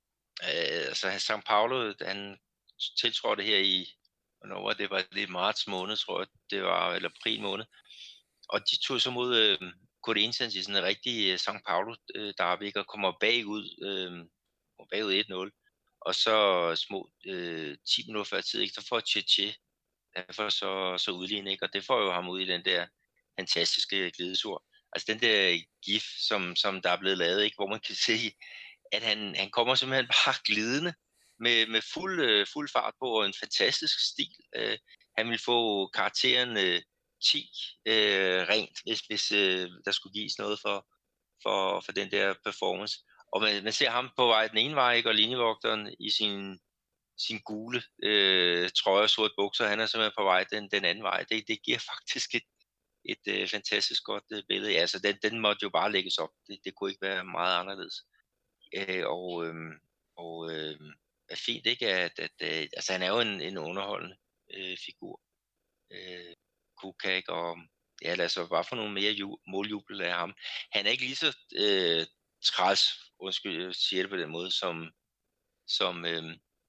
Øh, altså, São Paulo, han tiltrådte her i... Hvornår var det? Var det i marts måned, tror jeg, det var, eller april måned. Og de tog så mod øh, Corinthians i sådan en rigtig øh, São Paulo, øh, der ikke kommer bagud, øh, bagud et nul. Og så små øh, ti minutter før tid, ikke? Der får Tche derfor så, så udlignet, ikke? Og det får jo ham ud i den der fantastiske glidesur. Altså den der gif, som, som der er blevet lavet, ikke? Hvor man kan se, at han, han kommer simpelthen bare glidende med, med fuld, øh, fuld fart på, og en fantastisk stil. Øh, han vil få karakteren øh, ti øh, rent, hvis, hvis øh, der skulle gives noget for, for, for den der performance. Og man, man ser ham på vej den ene vej, ikke? Og linjevogteren i sin, sin gule øh, trøje og sort bukser, han er simpelthen på vej den, den anden vej. Det, det giver faktisk et, et øh, fantastisk godt øh, billede. Altså, den, den måtte jo bare lægges op. Det, det kunne ikke være meget anderledes. Øh, og øh, og øh, er fint, ikke? At, at, at, altså, han er jo en, en underholdende øh, figur. Øh, Kuka, ikke? Og ja, lad os så bare få nogle mere ju- måljubel af ham. Han er ikke lige så øh, træls, undskyld, jeg siger det på den måde, som, som øh,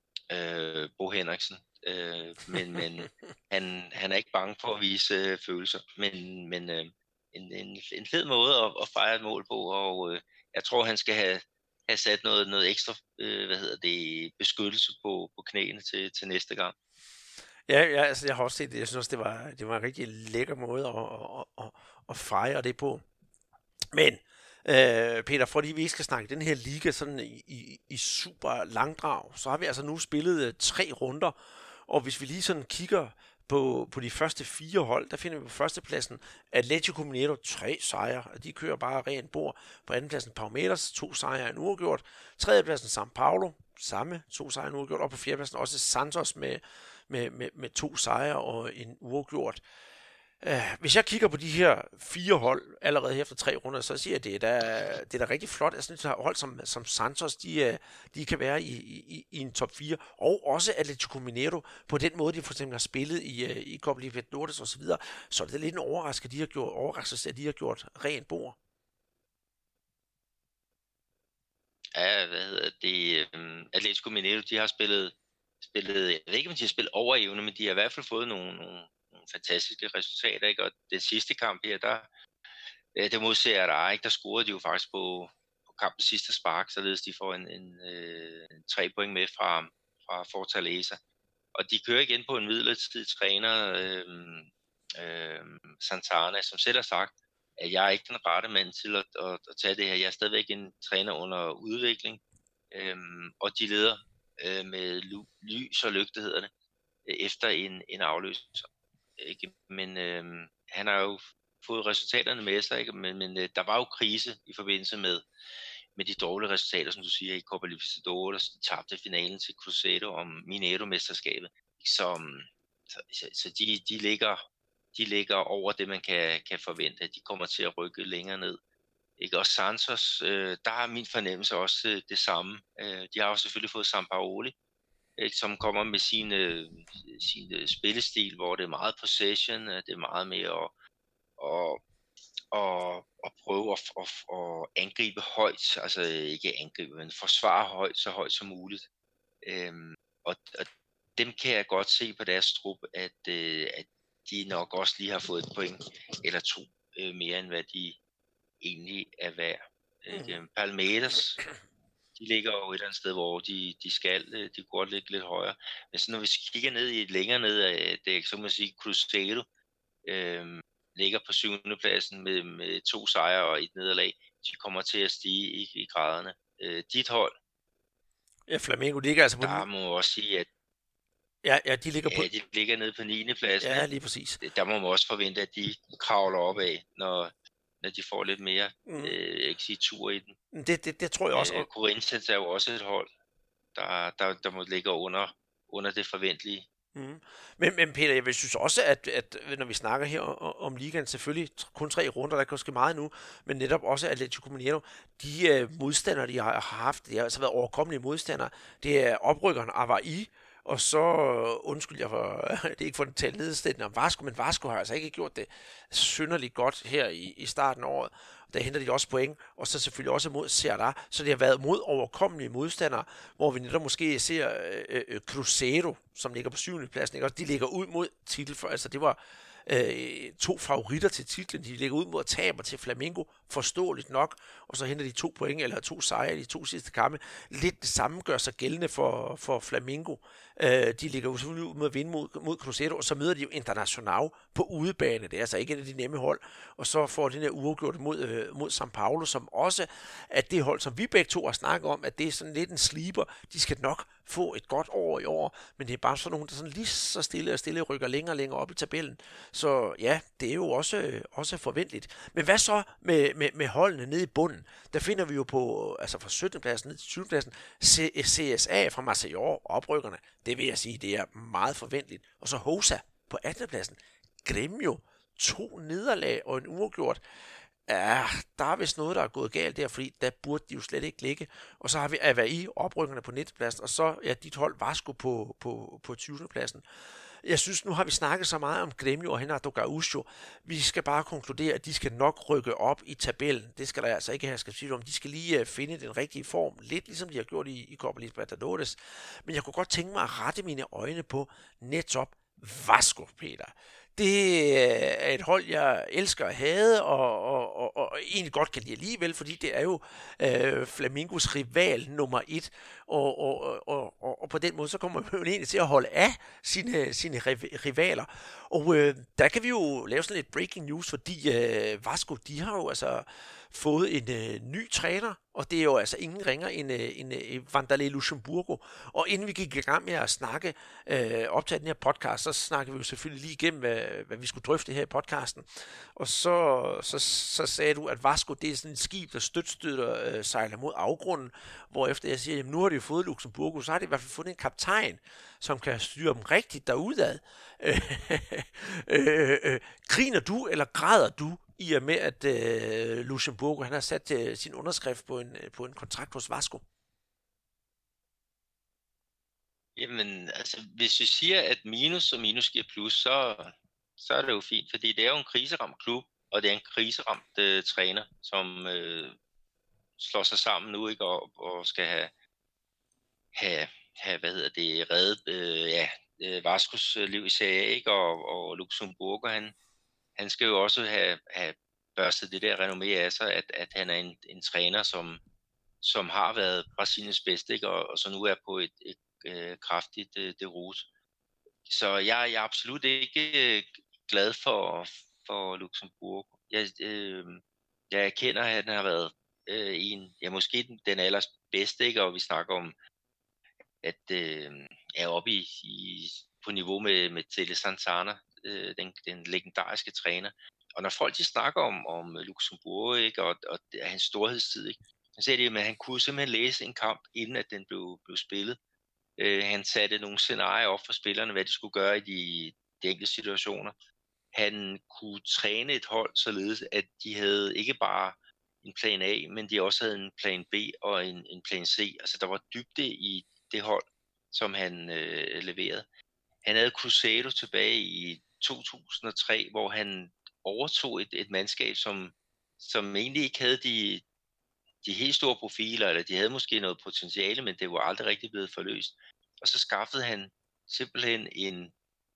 øh, Bo Henriksen. Øh, men men han, han er ikke bange for at vise øh, følelser. Men, men øh, en, en, en fed måde at, at fejre et mål på, og øh, jeg tror, han skal have, have sat noget, noget ekstra øh, hvad hedder det, beskyttelse på, på knæene til, til næste gang. Ja, ja, altså jeg har også set det. Jeg synes også, det var, det var en rigtig lækker måde at, at, at, at fejre det på. Men, øh, Peter, for lige vi skal snakke den her liga sådan i, i, i super langdrag, så har vi altså nu spillet uh, tre runder, og hvis vi lige sådan kigger på, på de første fire hold, der finder vi på førstepladsen Atlético Mineiro, tre sejre, og de kører bare rent bord. På andenpladsen Palmeiras, to sejre en uafgjort. Tredjepladsen São Paulo, samme, to sejre en uafgjort. Og på fjerdepladsen også Santos med, med, med, med to sejre og en uafgjort. Uh, hvis jeg kigger på de her fire hold allerede her efter tre runder, så siger jeg, at det er da, det er da rigtig flot. Jeg synes, at hold som, som Santos, de, de kan være i, i, i en top fire, og også Atlético Mineiro, på den måde, de for eksempel har spillet i, i Copa Libertadores og så videre, så er det lidt en overraskelse, at de har gjort, overraskelse, at de har gjort rent bord. Ja, hvad hedder det? Um, Atlético Mineiro, de har spillet, spillet, jeg ved ikke, om de har spillet over evne, men de har i hvert fald fået nogle, nogle fantastiske resultater, ikke? Og den sidste kamp her, der det modser der ikke, der scorede de jo faktisk på, på kampens sidste spark, således de får en, en, øh, en tre point med fra, fra Fortaleza. Og de kører igen på en midlertidig træner, øh, øh, Santana, som selv har sagt, at jeg er ikke den rette mand til at, at, at tage det her. Jeg er stadigvæk en træner under udvikling, øh, og de leder øh, med lys og lygte, hedder det, efter en, en afløser. Ikke? Men øh, han har jo fået resultaterne med sig, ikke? Men, men øh, der var jo krise i forbindelse med, med de dårlige resultater, som du siger, i Copa Libertadores, de tabte finalen til Cruzeiro om Mineiro-mesterskabet. Så, så, så de, de, ligger, de ligger over det, man kan, kan forvente. De kommer til at rykke længere ned. Ikke? Og Santos, øh, der er min fornemmelse også øh, det samme. Øh, de har jo selvfølgelig fået Sampaoli, som kommer med sin, øh, sin øh, spillestil, hvor det er meget possession, det er meget mere at, at, at, at prøve at, at, at angribe højt, altså ikke angribe, men forsvare højt, så højt som muligt. Øhm, og, og dem kan jeg godt se på deres trup, at, øh, at de nok også lige har fået et point eller to øh, mere, end hvad de egentlig er værd. Mm. Palmeiras, de ligger jo et eller andet sted, hvor de, de skal, de går lidt, lidt højere. Men så når vi kigger ned i længere ned af det, så må man sige, Cruzeiro øh, ligger på syvende pladsen med, med to sejre og et nederlag. De kommer til at stige i, i graderne. Øh, dit hold, ja, Flamengo ligger altså på der må man også sige, at ja, ja, de ligger ja, på de ligger nede på niende pladsen. Ja, lige præcis. Der må man også forvente, at de kravler op af, når når de får lidt mere, mm. øh, ikke sige tur i den. Det, det, det tror jeg også. Øh, Corinthians er jo også et hold, der, der, der må ligge under, under det forventelige. Mm. Men, men Peter, jeg synes også, at, at når vi snakker her om, om ligaen, selvfølgelig kun tre runder, der kan ske meget nu, men netop også Atletico Mineiro, de uh, modstandere, de har haft, det har altså været overkommelige modstandere, det er oprykkeren Avaí, og så, undskyld jeg for, det er ikke for den tale nedstændende om Vasco, men Vasco har altså ikke gjort det synderligt godt her i, i starten af året. Der henter de også point, og så selvfølgelig også mod Ceará, så det har været mod overkommelige modstandere, hvor vi netop måske ser øh, øh, Cruzeiro, som ligger på syvende pladsen, ikke? Og de ligger ud mod titel, for altså det var øh, to favoritter til titlen, de ligger ud mod taber til Flamengo, forståeligt nok, og så henter de to point, eller to sejre i de to sidste kampe. Lidt det samme gør sig gældende for, for Flamengo. Øh, de ligger jo selvfølgelig ud med at vinde mod, mod Cruzeiro, og så møder de jo Internacional på udebane. Det er altså ikke et af de nemme hold. Og så får de der uafgjort mod, øh, mod São Paulo, som også er det hold, som vi begge to har snakket om, at det er sådan lidt en sleeper. De skal nok få et godt år i år, men det er bare sådan nogle, der sådan lige så stille og stille rykker længere og længere op i tabellen. Så ja, det er jo også, også forventeligt. Men hvad så med, med, med holdene nede i bunden? Der finder vi jo på, altså fra syttende pladsen ned til tyvende pladsen, C S A fra Maceió, oprykkerne. Det vil jeg sige, det er meget forventeligt. Og så Hosa på attende pladsen. Grêmio, to nederlag og en uafgjort. Ja, der er vist noget, der er gået galt der, fordi der burde de jo slet ikke ligge. Og så har vi Avaí, oprykkerne på nittende pladsen, og så ja, dit hold Vasco på, på, på tyvende pladsen. Jeg synes, nu har vi snakket så meget om Grêmio og Renato Gaúcho. Vi skal bare konkludere, at de skal nok rykke op i tabellen. Det skal der altså ikke have skal sige om. De skal lige finde den rigtige form, lidt ligesom de har gjort i, i Copa Libertadores. Men jeg kunne godt tænke mig at rette mine øjne på netop Vasco, Peter. Det er et hold, jeg elsker at have, og, og, og, og egentlig godt kan lide alligevel, fordi det er jo øh, Flamingos rival nummer et, og, og, og, og, og på den måde, så kommer man jo egentlig til at holde af sine, sine rivaler. Og øh, der kan vi jo lave sådan lidt breaking news, fordi øh, Vasco, de har jo altså fået en øh, ny træner, og det er jo altså ingen ringer end, øh, end øh, Vanderlei Luxemburgo. Og inden vi gik i gang med at snakke, øh, optage den her podcast, så snakkede vi jo selvfølgelig lige igennem, hvad, hvad vi skulle drøfte her i podcasten. Og så, så, så sagde du, at Vasco, det er sådan et skib, der støtstøtter øh, sejler mod afgrunden, hvorefter jeg siger, jamen nu har de jo fået Luxemburgo, så har de i hvert fald fundet en kaptajn, som kan styre dem rigtigt derudad. øh, øh, øh, griner du, eller græder du, i og med, at øh, Luxemburgo han har sat øh, sin underskrift på en, på en kontrakt hos Vasco? Jamen, altså, hvis vi siger, at minus og minus giver plus, så, så er det jo fint, fordi det er jo en kriseramt klub, og det er en kriseramt øh, træner, som øh, slår sig sammen nu, ikke, og, og skal have, have, have, hvad hedder det, reddet øh, ja, øh, Vascos liv i Serie A, ikke, og, og Luxemburgo, han Han skal jo også have, have børstet det der renommé af sig, at, at han er en, en træner, som, som har været Brasiliens bedste, ikke? Og, og så nu er på et, et, et, et kraftigt det, det rute. Så jeg, jeg er absolut ikke glad for, for Luxemburg. Jeg, øh, jeg erkender, at han har været øh, en, ja, måske den, den allerbedste, ikke? Og vi snakker om, at øh, er oppe i, i, på niveau med, med Tele Santana, Den, den legendariske træner. Og når folk de snakker om, om Luxemburg, ikke, og, og det er hans storhedstid, ikke, så siger de, at han kunne simpelthen læse en kamp, inden at den blev, blev spillet. Uh, han satte nogle scenarier op for spillerne, hvad de skulle gøre i de, de enkelte situationer. Han kunne træne et hold således, at de havde ikke bare en plan A, men de også havde en plan B og en, en plan C. Altså der var dybde i det hold, som han øh, leverede. Han havde Cruzeiro tilbage i to tusind og tre, hvor han overtog et, et mandskab, som, som egentlig ikke havde de, de helt store profiler, eller de havde måske noget potentiale, men det var aldrig rigtig blevet forløst. Og så skaffede han simpelthen en,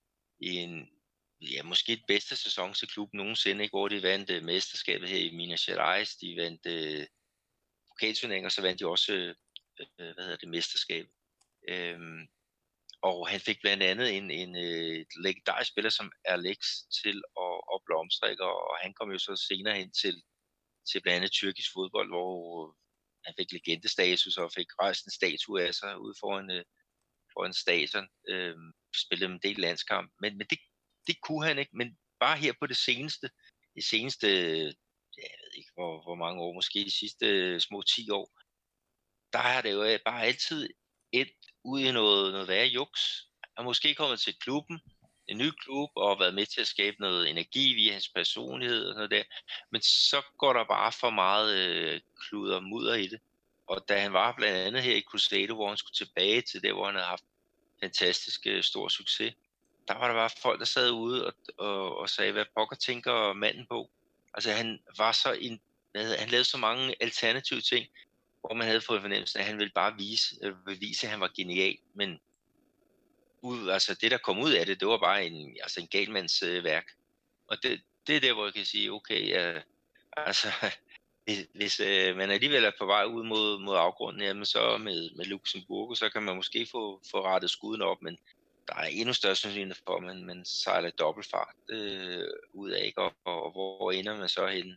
en ja, måske et bedste sæson til klubben nogensinde, ikke? Hvor de vandt uh, mesterskabet her i Minas Gerais, de vandt uh, pokalturneringer, og så vandt de også uh, hvad hedder det, mesterskab. Um, Og han fik blandt andet en, en øh, legendarisk spiller som Alex til at, at blomstre, ikke? Og han kom jo så senere hen til, til blandt andet tyrkisk fodbold, hvor han fik legendestatus og fik rejst en statue af sig ude foran, øh, foran stadion. Øh, spillede en del landskamp, men, men det, det kunne han ikke. Men bare her på det seneste, det seneste, jeg ved ikke hvor, hvor mange år, måske de sidste små ti år, der har det jo bare altid et ud i noget, noget værre juks. er måske kommet til klubben, en ny klub, og været med til at skabe noget energi via hans personlighed og sådan noget der. Men så går der bare for meget øh, kluder mudder i det. Og da han var blandt andet her i Crusader, hvor han skulle tilbage til det, hvor han havde haft fantastisk øh, stor succes, der var der bare folk, der sad ude og, og, og sagde, hvad pokker tænker manden på? Altså han var så en, han lavede så mange alternative ting, hvor man havde fået fornemmelsen, at han ville bare vise, øh, bevise, at han var genial. Men ud, altså det, der kom ud af det, det var bare en, altså en galmands øh, værk. Og det, det er der, hvor jeg kan sige, okay, øh, altså hvis, hvis øh, man alligevel er på vej ud mod, mod afgrunden, jamen så med, med Luxembourg, så kan man måske få, få rettet skuden op, men der er endnu større sandsynlighed for, at man, man sejler dobbeltfart øh, ud af, ikke? Og, og hvor ender man så henne?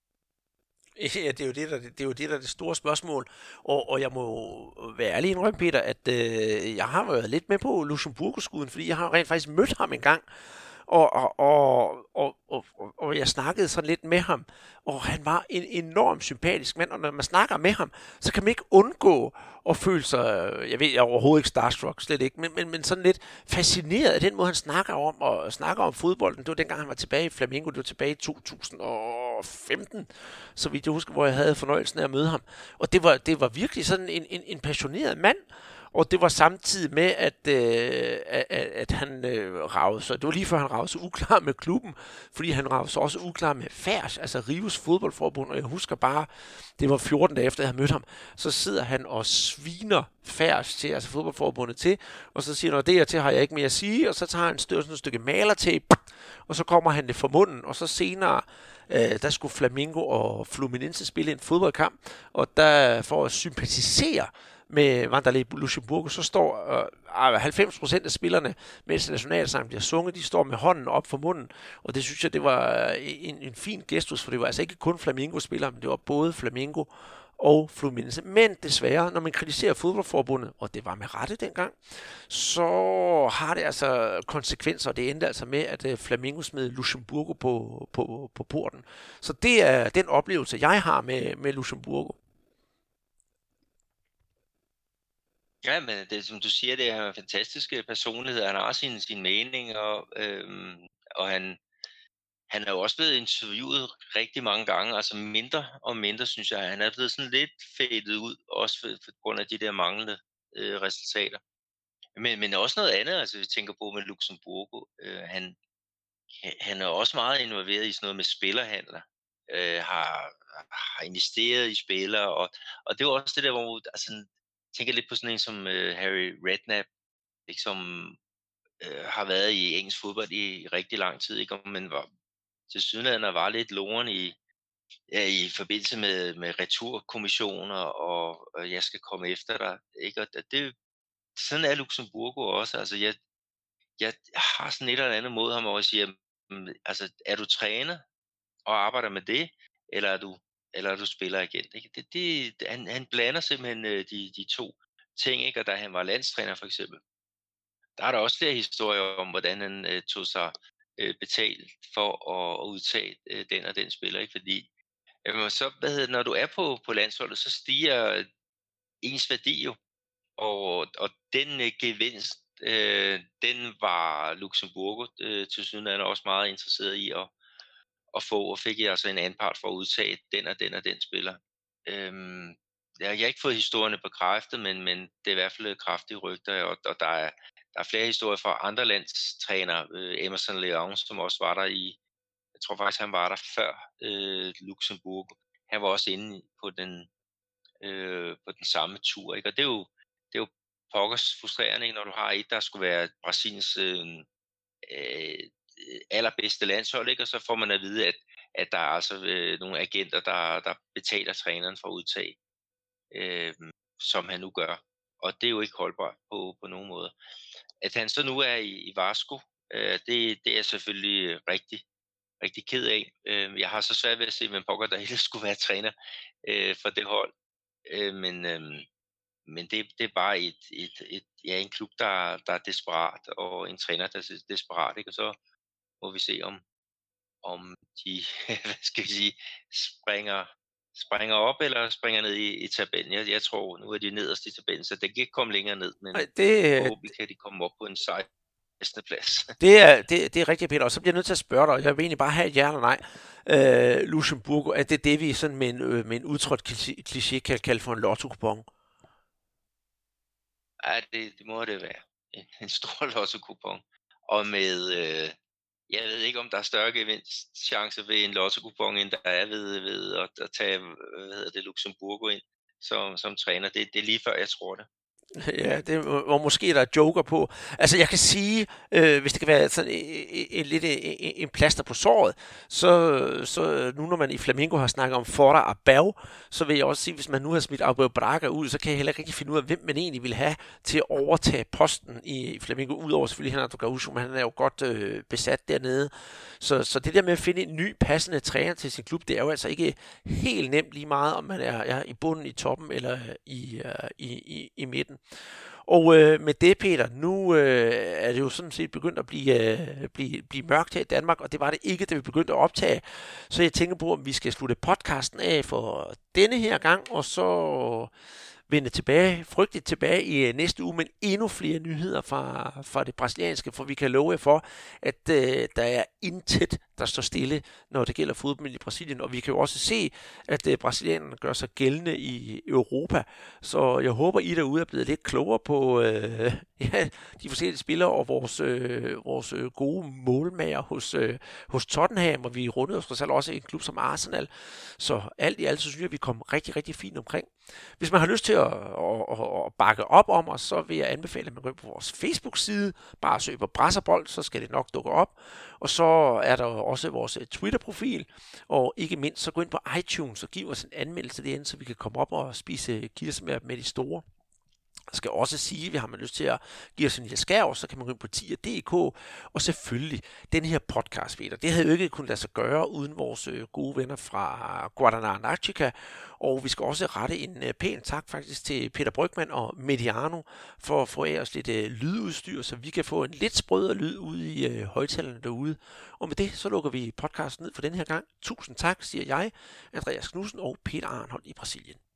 Ja, det er jo det, der, det er jo det, der er det store spørgsmål. Og, og jeg må være ærlig indrømme, Peter, at øh, jeg har været lidt med på Luxembourg-skuden, fordi jeg har rent faktisk mødt ham en gang. Og, og, og, og, og, og jeg snakkede sådan lidt med ham, og han var en enormt sympatisk mand, og når man snakker med ham, så kan man ikke undgå at føle sig, jeg ved, jeg er overhovedet ikke starstruck, slet ikke, men, men, men sådan lidt fascineret af den måde, han snakker om, og snakker om fodbolden. Det var dengang, han var tilbage i Flamengo, det var tilbage i to tusind og femten, så vidt jeg husker, hvor jeg havde fornøjelsen af at møde ham. Og det var, det var virkelig sådan en, en, en passioneret mand, og det var samtidig med, at, øh, at, at han øh, ragede sig. Det var lige før, han ragede sig uklar med klubben, fordi han ragede sig også uklar med F A R S, altså Rives fodboldforbund. Og jeg husker bare, det var fjorten dage efter, jeg havde mødt ham, så sidder han og sviner F A R S til, altså fodboldforbundet til, og så siger han, det her til har jeg ikke mere at sige, og så tager han sådan et stykke malertape, og så kommer han det for munden, og så senere, øh, der skulle Flamengo og Fluminense spille en fodboldkamp, og der for at sympatisere med Wanderlei Luxembourg, så står øh, halvfems procent af spillerne, mens nationalsangen bliver sunget, de står med hånden op for munden, og det synes jeg, det var en, en fin gestus, for det var altså ikke kun Flamengo-spillere, men det var både Flamengo og Fluminense. Men desværre, når man kritiserer fodboldforbundet, og det var med rette dengang, så har det altså konsekvenser, og det endte altså med, at Flamengo smed Luxembourg på, på, på porten. Så det er den oplevelse, jeg har med, med Luxembourg. Ja, men det, som du siger, det er en fantastisk personlighed. Han har sin, sin mening, og, øhm, og han, han er jo også blevet interviewet rigtig mange gange, altså mindre og mindre, synes jeg. Han er blevet sådan lidt fadet ud, også for, for grund af de der manglende øh, resultater. Men, men også noget andet, altså vi tænker på med Luxembourg. Øh, han, han er også meget involveret i sådan noget med spillerhandler. Øh, har, har investeret i spillere, og, og det var også det der, hvor altså, jeg tænker lidt på sådan en som øh, Harry Redknapp, ikke, som øh, har været i engelsk fodbold i, i rigtig lang tid, ikke, men var til sydenlandet var lidt loren i, ja, i forbindelse med, med returkommissioner, og, og jeg skal komme efter dig, ikke, og det, sådan er Luxembourg også, altså jeg, jeg har sådan et eller andet mod ham, og jeg siger, altså er du træner og arbejder med det, eller er du eller er du spiller igen, ikke? Det, det, han, han blander simpelthen øh, de, de to ting, ikke? Og da han var landstræner for eksempel, der er der også flere historier om, hvordan han øh, tog sig øh, betalt for at, at udtage øh, den og den spiller, ikke? Fordi øh, så, hvad hedder, når du er på, på landsholdet, så stiger ens værdi jo, og, og den øh, gevinst, øh, den var Luxembourg øh, til synligheden også meget interesseret i at og få, og fik jeg altså en anden part for at udtage den og den og den spiller. Øhm, jeg har ikke fået historierne bekræftet, men, men det er i hvert fald kraftige rygter, og, og der, er, der er flere historier fra andre landstrænere, øh, Emerson Leon, som også var der i, jeg tror faktisk, han var der før øh, Luxembourg. Han var også inde på den, øh, på den samme tur, ikke? Og det er jo, det er jo pokkers frustrerende, ikke? Når du har et, der skulle være Brasiliens øh, øh, allerbedste landshold, ikke? Og så får man at vide, at, at der er altså øh, nogle agenter, der, der betaler træneren for at udtage, øh, som han nu gør. Og det er jo ikke holdbart på, på nogen måde. At han så nu er i, i Vasco, øh, det, det er selvfølgelig rigtig, rigtig ked af. Øh, jeg har så svært ved at se, hvem pokker der ellers skulle være træner øh, for det hold. Øh, men øh, men det, det er bare et, et, et, ja, en klub, der, der er desperat, og en træner, der er desperat, ikke? Og så må vi se, om, om de hvad skal vi sige, springer springer op eller springer ned i, i tabellen. Jeg, jeg tror, nu er de nederst i tabellen, så det kan ikke komme længere ned, men det, forhåbentlig kan de komme op på en sekstende plads. Det er, det, det er rigtigt, Peter, og så bliver jeg nødt til at spørge dig, og jeg vil egentlig bare have et ja eller nej. Øh, Luxemburgo, er det det, vi sådan med en, øh, med en udtrådt kliché kan kalde for en lotto-kupon? Ja, det, det må det være. En, en stor lotto-kupon. Og med, øh, jeg ved ikke, om der er større gevinstchance ved en lotto-kupon, end der er ved, ved at, at tage, hvad hedder det, Luxemburgo ind som, som træner. Det, det er lige før, jeg tror det. Ja, det var måske der er joker på. Altså jeg kan sige, øh, hvis det kan være sådan en, en, lidt en, en plaster på såret, så, så nu når man i Flamengo har snakket om Fora og Bau, så vil jeg også sige, hvis man nu har smidt Abel Braga ud, så kan jeg heller ikke rigtig finde ud af, hvem man egentlig vil have til at overtage posten i Flamengo, udover selvfølgelig Renato Gaúcho, men han er jo godt øh, besat dernede. Så, så det der med at finde en ny passende træner til sin klub, det er jo altså ikke helt nemt lige meget, om man er, er i bunden, i toppen eller i, uh, i, i, i midten. Og øh, med det, Peter, nu øh, er det jo sådan set begyndt at blive, øh, blive, blive mørkt her i Danmark, og det var det ikke, da vi begyndte at optage. Så jeg tænker på, om vi skal slutte podcasten af for denne her gang, og så vende tilbage, frygteligt tilbage i næste uge, men endnu flere nyheder fra, fra det brasilianske, for vi kan love jer for, at øh, der er intet, der står stille, når det gælder fodbold i Brasilien, og vi kan jo også se, at øh, brasilianerne gør sig gældende i Europa, så jeg håber, I derude er blevet lidt klogere på øh, ja, de forskellige spillere og vores, øh, vores øh, gode målmager hos, øh, hos Tottenham, og vi rundede os selv også i en klub som Arsenal, så alt i alt, så synes jeg, at vi kom rigtig, rigtig fint omkring. Hvis man har lyst til at, at, at, at bakke op om os, så vil jeg anbefale, at man går ind på vores Facebook-side, bare søg på Brasserbold, så skal det nok dukke op, og så er der også vores Twitter-profil, og ikke mindst, så gå ind på iTunes og giv os en anmeldelse derinde, så vi kan komme op og spise kirsebær med de store. Jeg skal også sige, at vi har man lyst til at give os en lille skærv, så kan man gå ind på tier punktum d k, og selvfølgelig den her podcast, Peter. Det havde jo ikke kunnet lade sig gøre uden vores gode venner fra Guaraná Antarctica, og vi skal også rette en pæn tak faktisk til Peter Brygman og Mediano for at få af os lidt lydudstyr, så vi kan få en lidt sprødere lyd ude i øh, højtalerne derude. Og med det, så lukker vi podcasten ned for den her gang. Tusind tak, siger jeg, Andreas Knudsen og Peter Arnholdt i Brasilien.